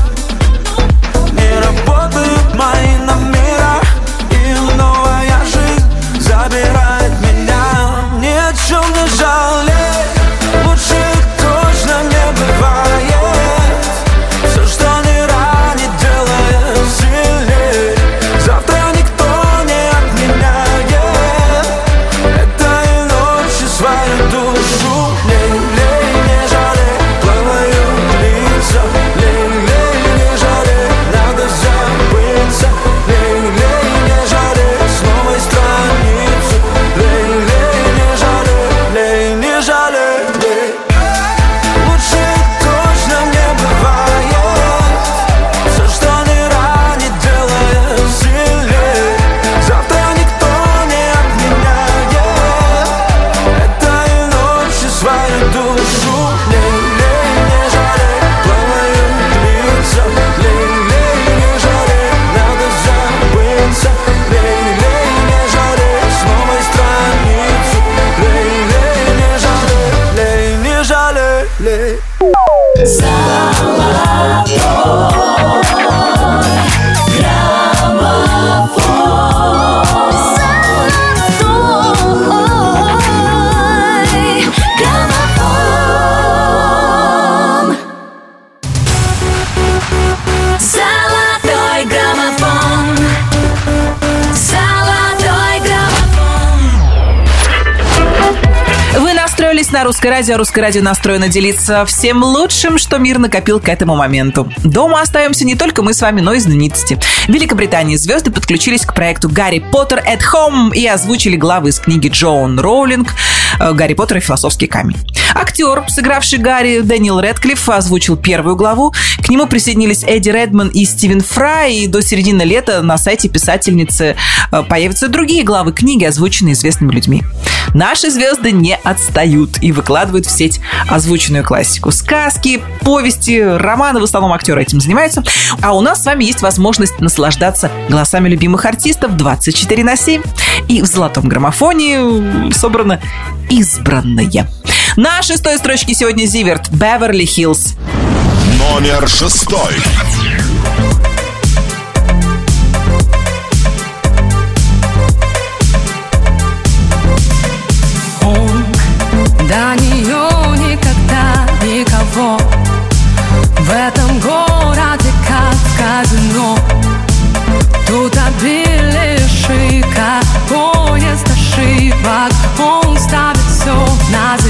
один. Не работают мои номера, и новая жизнь забирает меня. Ни о чем не жалей, лучше точно не бывает. Все, что не ранит, делает сильнее. Завтра никто не отменяет этой ночи свою душу. Лей, лей, не жалей, плавают лица. Лей, лей, не жалей, надо забыться. Лей, лей, не жалей, с новой страницы. Лей, лей, не жалей, лей, не жалей, лей. Лучше точно не бывает. Все, что не ранит, делает сильнее. Завтра никто не отменяет этой ночи свою душу. Лей, лей, не жалей, плавают лица. Лей, лей, не жалей, надо забыться. Лей, лей, не жалей, с новой страницы. Лей, лей, не жалей, лей, не жалей, лей. Золотой граммофон. Золотой граммофон. Вы настроились на Русское радио. Русское радио настроено делиться всем лучшим, что мир накопил к этому моменту. Дома остаемся не только мы с вами, но и знаменитости. В Великобритании звезды подключились к проекту «Гарри Поттер at Home» и озвучили главы из книги Джоан Роулинг «Гарри Поттер и философский камень». Актер, сыгравший Гарри, Дэниел Рэдклифф, озвучил первую главу. К нему присоединились Эдди Редман и Стивен Фрай. И до середины лета на сайте писательницы появятся другие главы книги, озвученные известными людьми. Наши звезды не отстают и выкладывают в сеть озвученную классику. Сказки, повести, романы, в основном актеры этим занимаются. А у нас с вами есть возможность наслаждаться голосами любимых артистов 24/7. И в золотом граммофоне собрано избранное. На 6-й строчке сегодня Зиверт, «Беверли-Хиллз». Номер 6. До нее никогда никого в этом городе, как в казино. Тут обилие шика, поезд ошибок. Он ставит все на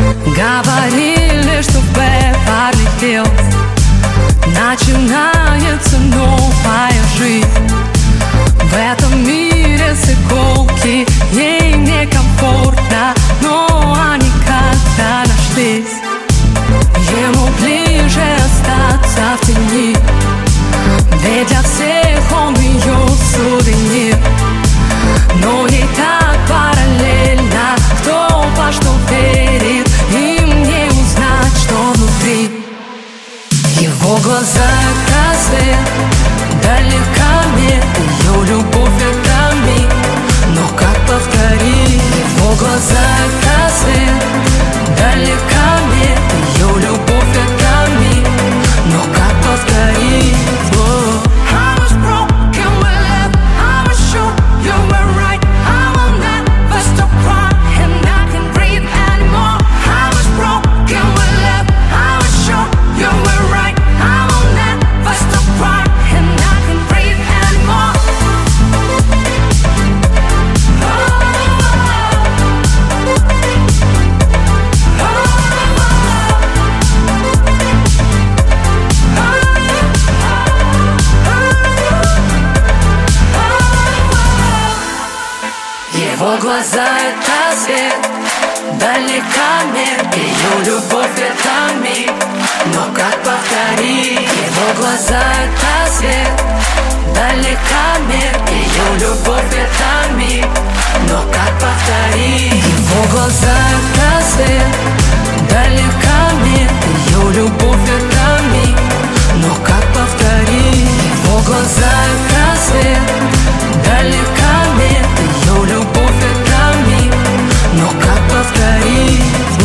Говорили, что Беверли Хиллз начинается новая жизнь. В этом мире с иголки ей некомфортно, но они как-то нашлись. Ему ближе остаться в тени, ведь для всех он ее сувенир. Но не так параллельно, кто во что верит, им не узнать, что внутри. Его глаза — это свет, далека мне ее любовь — это миг. Но как повторить? Его глаза — это свет, далека мне ее любовь — это миг. Но как повторить? Его глаза — это свет, далека мир, ее любовь — это миг. Но как повторить? Его глаза — это свет, далека мир, ее любовь — это миг. Но как повторить? Его глаза — это свет, далека мир, ее любовь — это миг. Но как повторить? Его глаза — это свет, далека мир, ее любовь — это миг. Но как повторить?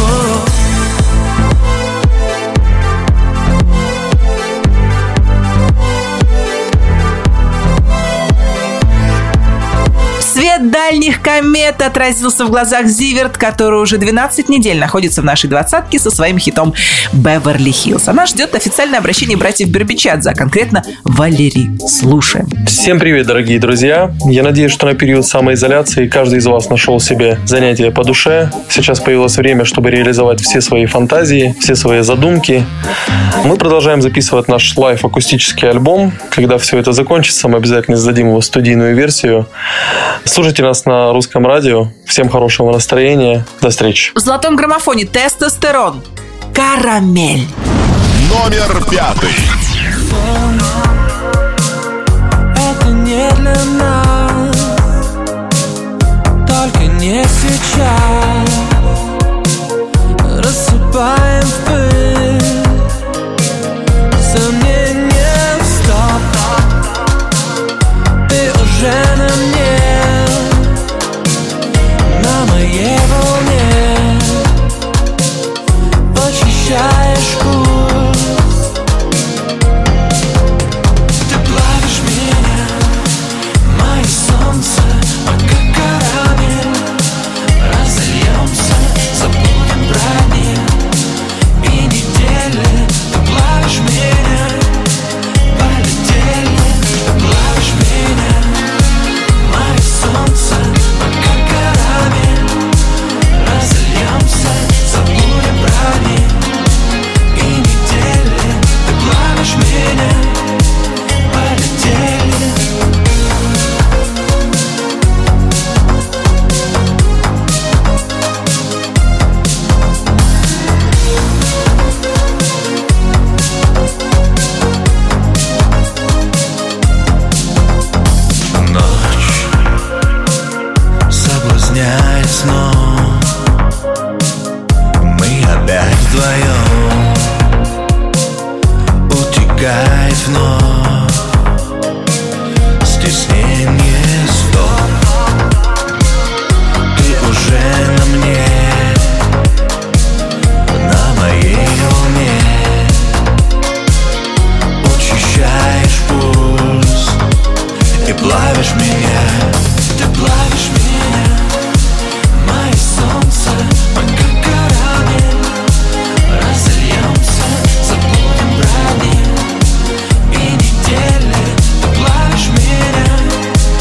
Свет дальних комет отразился в глазах Зиверт, который уже 12 недель находится в нашей двадцатке со своим хитом «Беверли Хиллз». Она ждет официальное обращение братьев Бербичадзе, а конкретно Валерий. Слушаем. Всем привет, дорогие друзья. Я надеюсь, что на период самоизоляции каждый из вас нашел себе занятие по душе. Сейчас появилось время, чтобы реализовать все свои фантазии, все свои задумки. Мы продолжаем записывать наш лайв-акустический альбом. Когда все это закончится, мы обязательно издадим его студийную версию. Слушайте нас на русском радио. Всем хорошего настроения. До встречи. В золотом граммофоне «Тестостерон». «Карамель». Номер 5. Это не для нас, только не сейчас. Рассыпаем в пыль сомнения, стоп. Ты уже на мне, на моей волне. Очищаешь курс, ты плавишь меня, мое солнце, пока карамель. Разольемся, забудем про них и недели. Ты плавишь меня, полетели. Ты плавишь меня, мое солнце, пока карамель. Разольемся, забудем про них и недели. Ты плавишь меня, полетели. Ночь соблазняет сном, мы опять вдвоем. Утекает вновь стеснение, стоп. Ты уже на мне, на моей волне. Очищаешь пульс и плавишь меня. Ты плавишь меня, мое солнце, пока карамель. Разольемся, забудем про них и недели. Ты плавишь меня,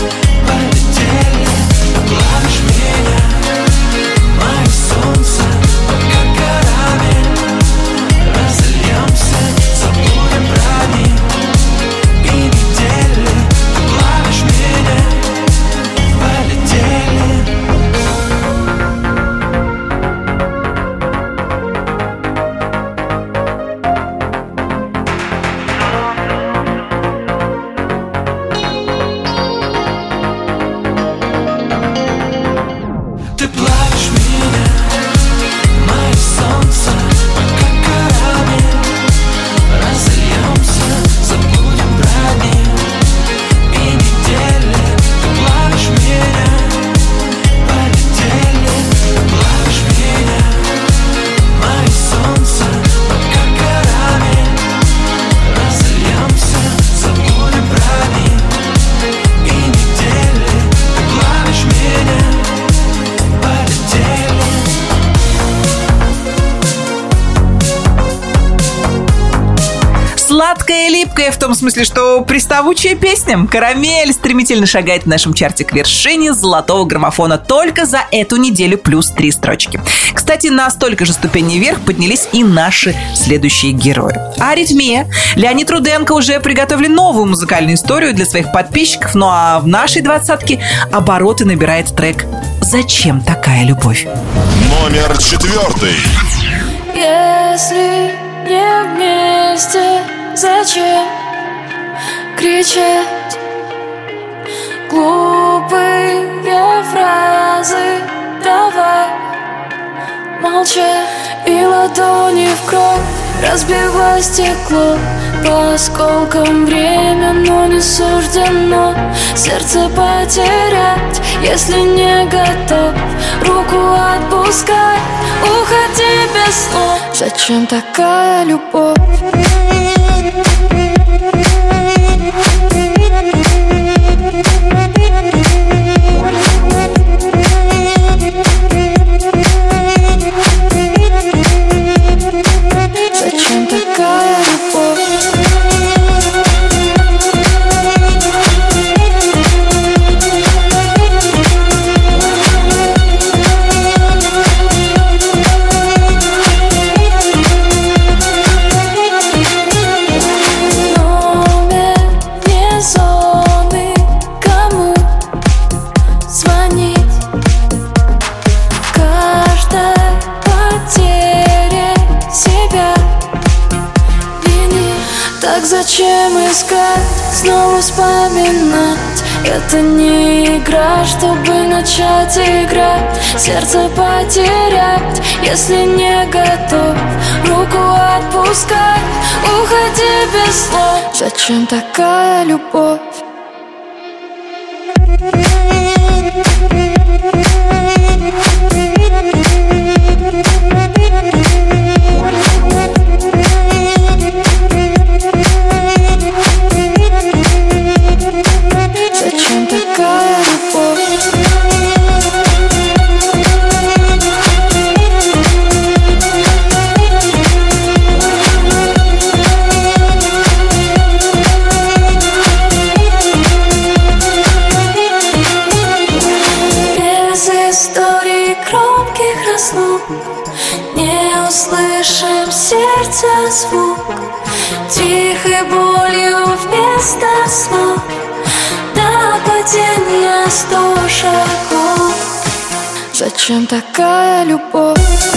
Сладкая и липкая, в том смысле, что приставучая песня. «Карамель» стремительно шагает в нашем чарте к вершине золотого граммофона только за эту неделю плюс 3 строчки. Кстати, на столько же ступеней вверх поднялись и наши следующие герои. «Аритмия». Леонид Руденко уже приготовили новую музыкальную историю для своих подписчиков, ну а в нашей двадцатке обороты набирает трек «Зачем такая любовь?». Номер 4. Если не вместе, зачем кричать глупые фразы? Давай молчать. И ладони в кровь, разбивай стекло. По осколкам время, но не суждено сердце потерять. Если не готов, руку отпускай. Уходи без слов. Зачем такая любовь? Зачем такая любовь? Зачем искать, снова вспоминать? Это не игра, чтобы начать играть. Сердце потерять, если не готов. Руку отпускай, уходи без слов. Зачем такая любовь? Звук тихой болью вместо слов. До падения 100 шагов. Зачем такая любовь?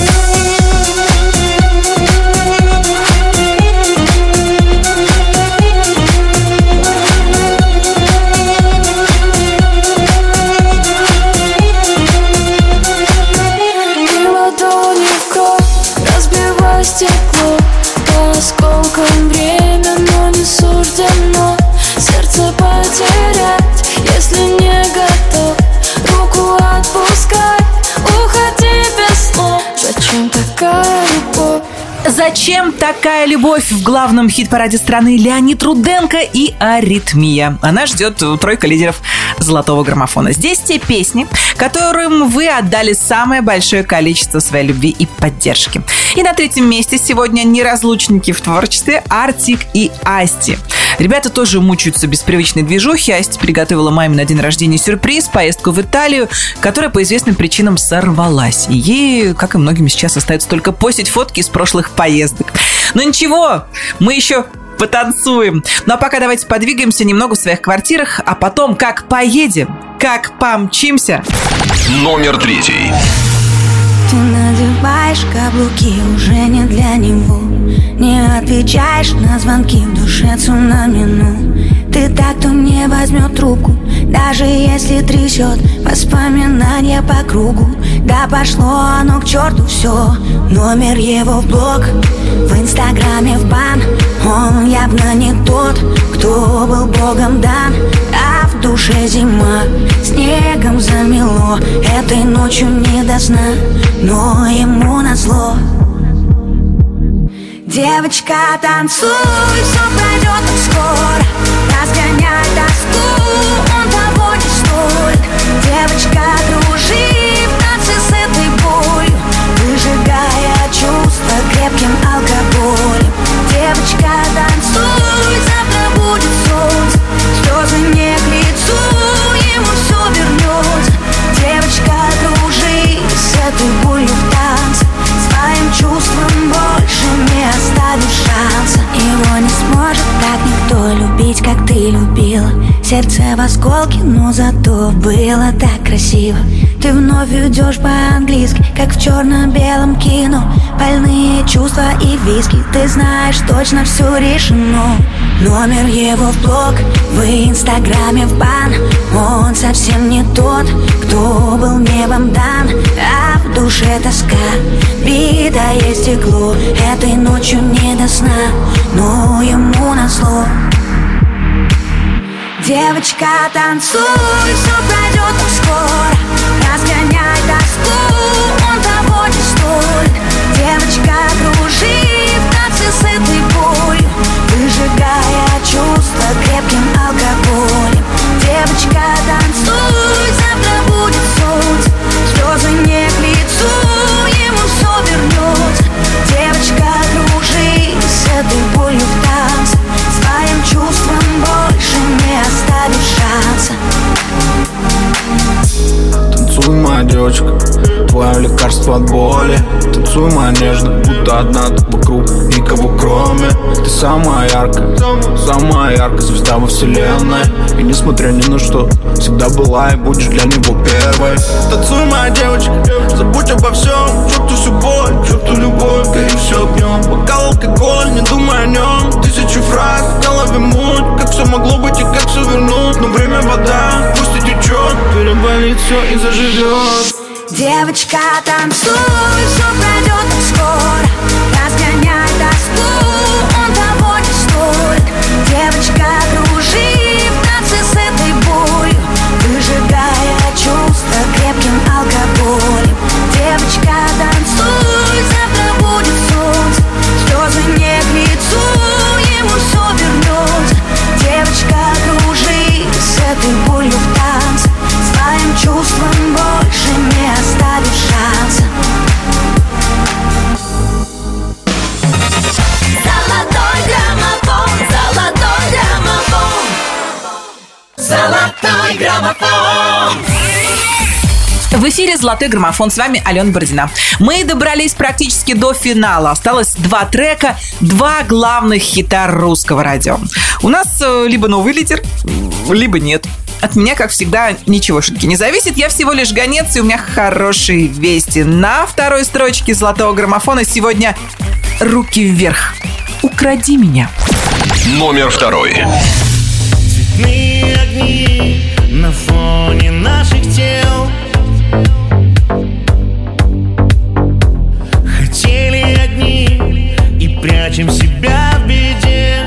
И ладони в кровь, разбивай стекло. Осколком время, но не суждено сердце потерять. Если не готов, руку отпускай. Уходи без слов. Зачем такая любовь? «Зачем такая любовь» в главном хит-параде страны Леонид Руденко и «Аритмия». Она ждет тройка лидеров золотого граммофона. Здесь те песни, которым вы отдали самое большое количество своей любви и поддержки. И на третьем месте сегодня неразлучники в творчестве Артик и Асти. Ребята тоже мучаются без привычной движухи. Асти приготовила маме на день рождения сюрприз, поездку в Италию, которая по известным причинам сорвалась. И ей, как и многим сейчас, остается только постить фотки из прошлых поездок. Но ничего, мы еще потанцуем. Ну а пока давайте подвигаемся немного в своих квартирах, а потом как поедем, как помчимся. Номер 3. Ты надеваешь каблуки уже не для него. Не отвечаешь на звонки, в душе цунами, ну. Ты так, кто не возьмет трубку, даже если трясет воспоминания по кругу. Да пошло оно к черту все. Номер его в блог, в инстаграме в бан. Он явно не тот, кто был богом дан. А в душе зима, снегом замело. Этой ночью не до сна, но ему назло. Девочка, танцуй, все пройдет так скоро. Разгоняй тоску, он того не стоит. Девочка, кружи в танце с этой болью, выжигая чувства крепким алкоголем. Девочка, танцуй. сердце в осколке, но зато было так красиво. Ты вновь идешь по-английски, как в черно-белом кино. Больные чувства и виски, ты знаешь, точно все решено. Номер его в блог, в инстаграме в бан. Он совсем не тот, кто был небом дан. А в душе тоска, битое стекло. Этой ночью не до сна, но ему назло. Девочка, танцуй, все пройдет так скоро. Разгоняй тоску, он того не стоит. Девочка, кружи в танце с этой болью, выжигая чувства крепким алкоголем. Девочка, танцуй, завтра будет солнце. Слезы не к лицу, ему все вернется. Девочка, кружи с этой болью в танце, своим чувствам больше не оставишь шанса. Танцуй, моя девочка, твое лекарство от боли. Танцуй, моя нежная, будто одна ты вокруг, никого кроме. Ты самая яркая звезда во вселенной. И несмотря ни на что, всегда была и будешь для него первой. Танцуй, моя девочка, забудь обо всем. Черту всю боль, черту любовь, гори все огнем. Бокал алкоголь, не думай о нем. Тысячи фраз, в голове муть. Как все могло быть и как все вернуть. Но время вода, пусть и течет, переболит все и заживет. Девочка, танцуй, все пройдет так скоро. Разгоняй тоску, он того не стоит. Девочка, кружи в танце с этой болью, выжигая чувства крепким алкоголем. Девочка, танцуй, завтра будет солнце. Слезы не к лицу, ему все вернется. Девочка, кружи с этой болью в танце, своим чувствам больше не оставишь шанса. Золотой граммофон, золотой граммофон, золотой граммофон. В эфире «Золотой граммофон». С вами Алена Бородина. Мы добрались практически до финала. Осталось 2 трека, 2 главных хита русского радио. У нас либо новый лидер, либо нет. От меня, как всегда, ничегошеньки не зависит. Я всего лишь гонец, и у меня хорошие вести. На второй строчке «Золотого граммофона» сегодня «Руки вверх». «Укради меня». Номер 2. Цветные огни на фоне наших тел. Хотели одни и прячем себя в беде.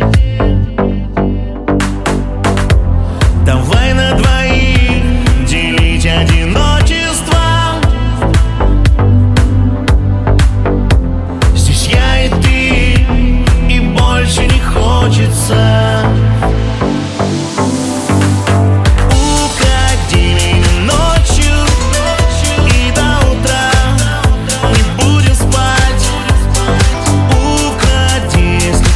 Давай на двоих делить одиночество. Здесь я и ты, и больше не хочется. Укради меня ночью и до утра. Не будем спать. Укради, если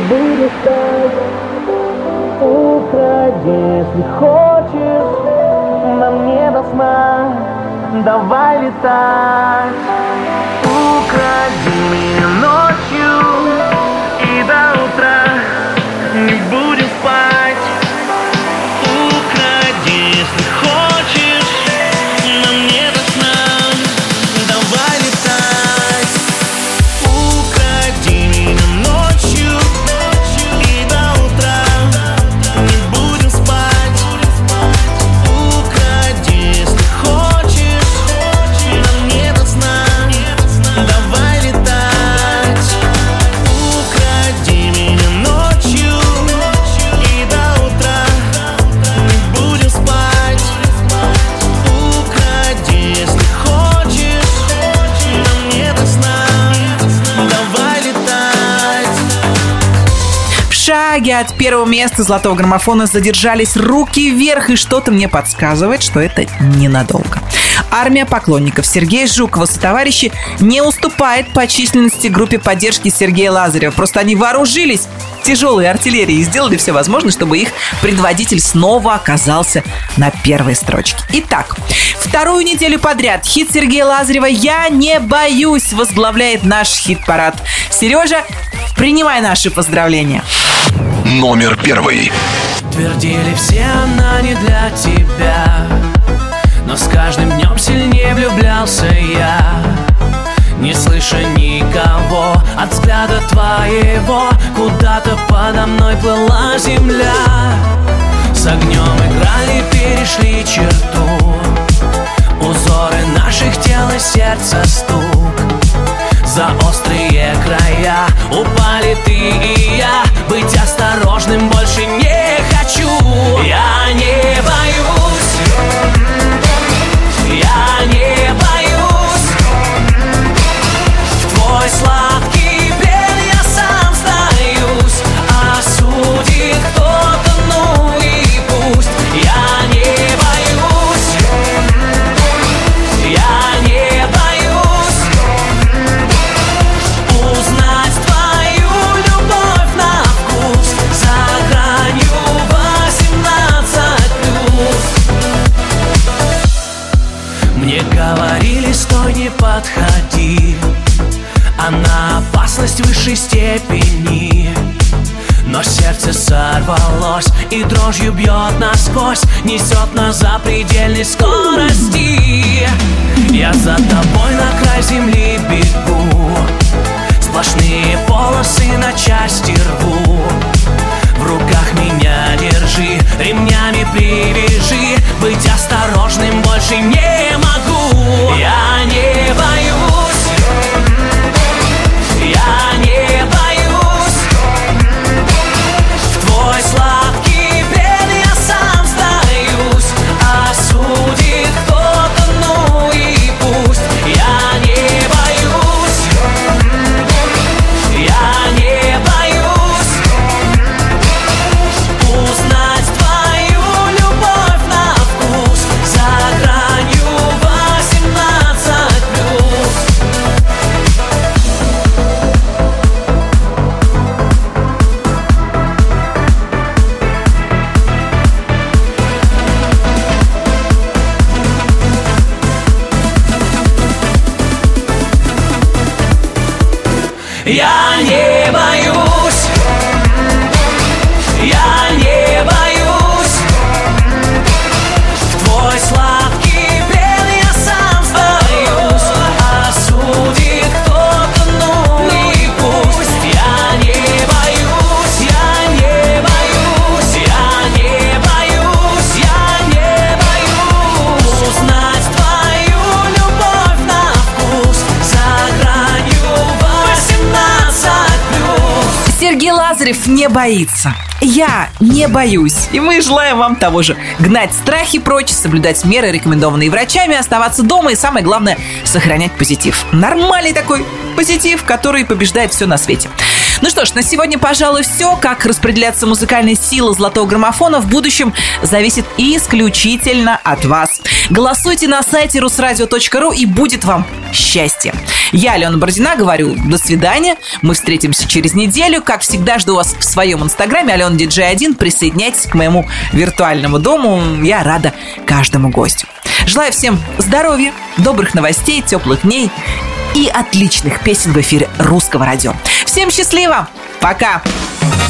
буду ждать. Укради, если хочешь, нам не до сна, давай летать. Укради меня ночью и до утра не будем спать. Укради, если хочешь, нам не до сна, давай летать. Укради меня ночью и до утра не будем спать. Укради, если хочешь, нам не до сна, давай летать. Укради меня ночью и до утра не будем спать. Укради, если хочешь, нам не до сна, давай летать. В шаге от первого места золотого граммофона задержались руки вверх, и что-то мне подсказывает, что это ненадолго. Армия поклонников Сергея Жукова сотоварищи не уступает по численности группе поддержки Сергея Лазарева. Просто они вооружились тяжелой артиллерией и сделали все возможное, чтобы их предводитель снова оказался на первой строчке. Итак, вторую неделю подряд хит Сергея Лазарева «Я не боюсь» возглавляет наш хит-парад. Сережа, принимай наши поздравления. Номер первый. Твердили все, она не для тебя, но с каждым днем сильнее влюблялся я. Не слыша никого от взгляда твоего, куда-то подо мной плыла земля. С огнем играли, перешли черту, узоры наших тел и сердца стук. За острые края упали ты и я. Быть осторожным больше не хочу. Я не боюсь, я не боюсь. В твой сладкий плен я сам сдаюсь. Осудит кто-то, ну и пусть. Я не боюсь, я не боюсь узнать твою любовь на вкус за гранью 18+. Мне говорили, стой, не подходи, а на опасность высшей степени. Но сердце сорвалось и дрожью бьет насквозь, несет нас за предельной скорости. Я за тобой на край земли бегу, сплошные полосы на части рву. В руках меня держи, ремнями привяжи. Быть осторожным больше не могу. Я не боюсь, я не боюсь. В твой сладкий плен я сам сдаюсь. Осудит кто-то, ну и пусть. Я не боюсь, я не боюсь узнать твою любовь на вкус за гранью 18+. Я не боюсь, я не боюсь. В твой сладкий плен я сам сдаюсь. Осудит кто-то, ну и пусть. Я не боюсь, я не боюсь. Я не боюсь, я не боюсь узнать твою любовь на вкус за гранью 18+. Сергей Лазарев не боится. Я не боюсь. И мы желаем вам того же. Гнать страхи прочь, соблюдать меры, рекомендованные врачами, оставаться дома и, самое главное, сохранять позитив. Нормальный такой позитив, который побеждает все на свете. Ну что ж, на сегодня, пожалуй, все. Как распределяться музыкальной силой золотого граммофона в будущем зависит исключительно от вас. Голосуйте на сайте rusradio.ru, и будет вам счастье. Я, Алена Бородина, говорю до свидания. Мы встретимся через неделю. Как всегда, жду вас в своем инстаграме Алена Диджей 1. Присоединяйтесь к моему виртуальному дому. Я рада каждому гостю. Желаю всем здоровья, добрых новостей, теплых дней и отличных песен в эфире Русского радио. Всем счастливо! Пока!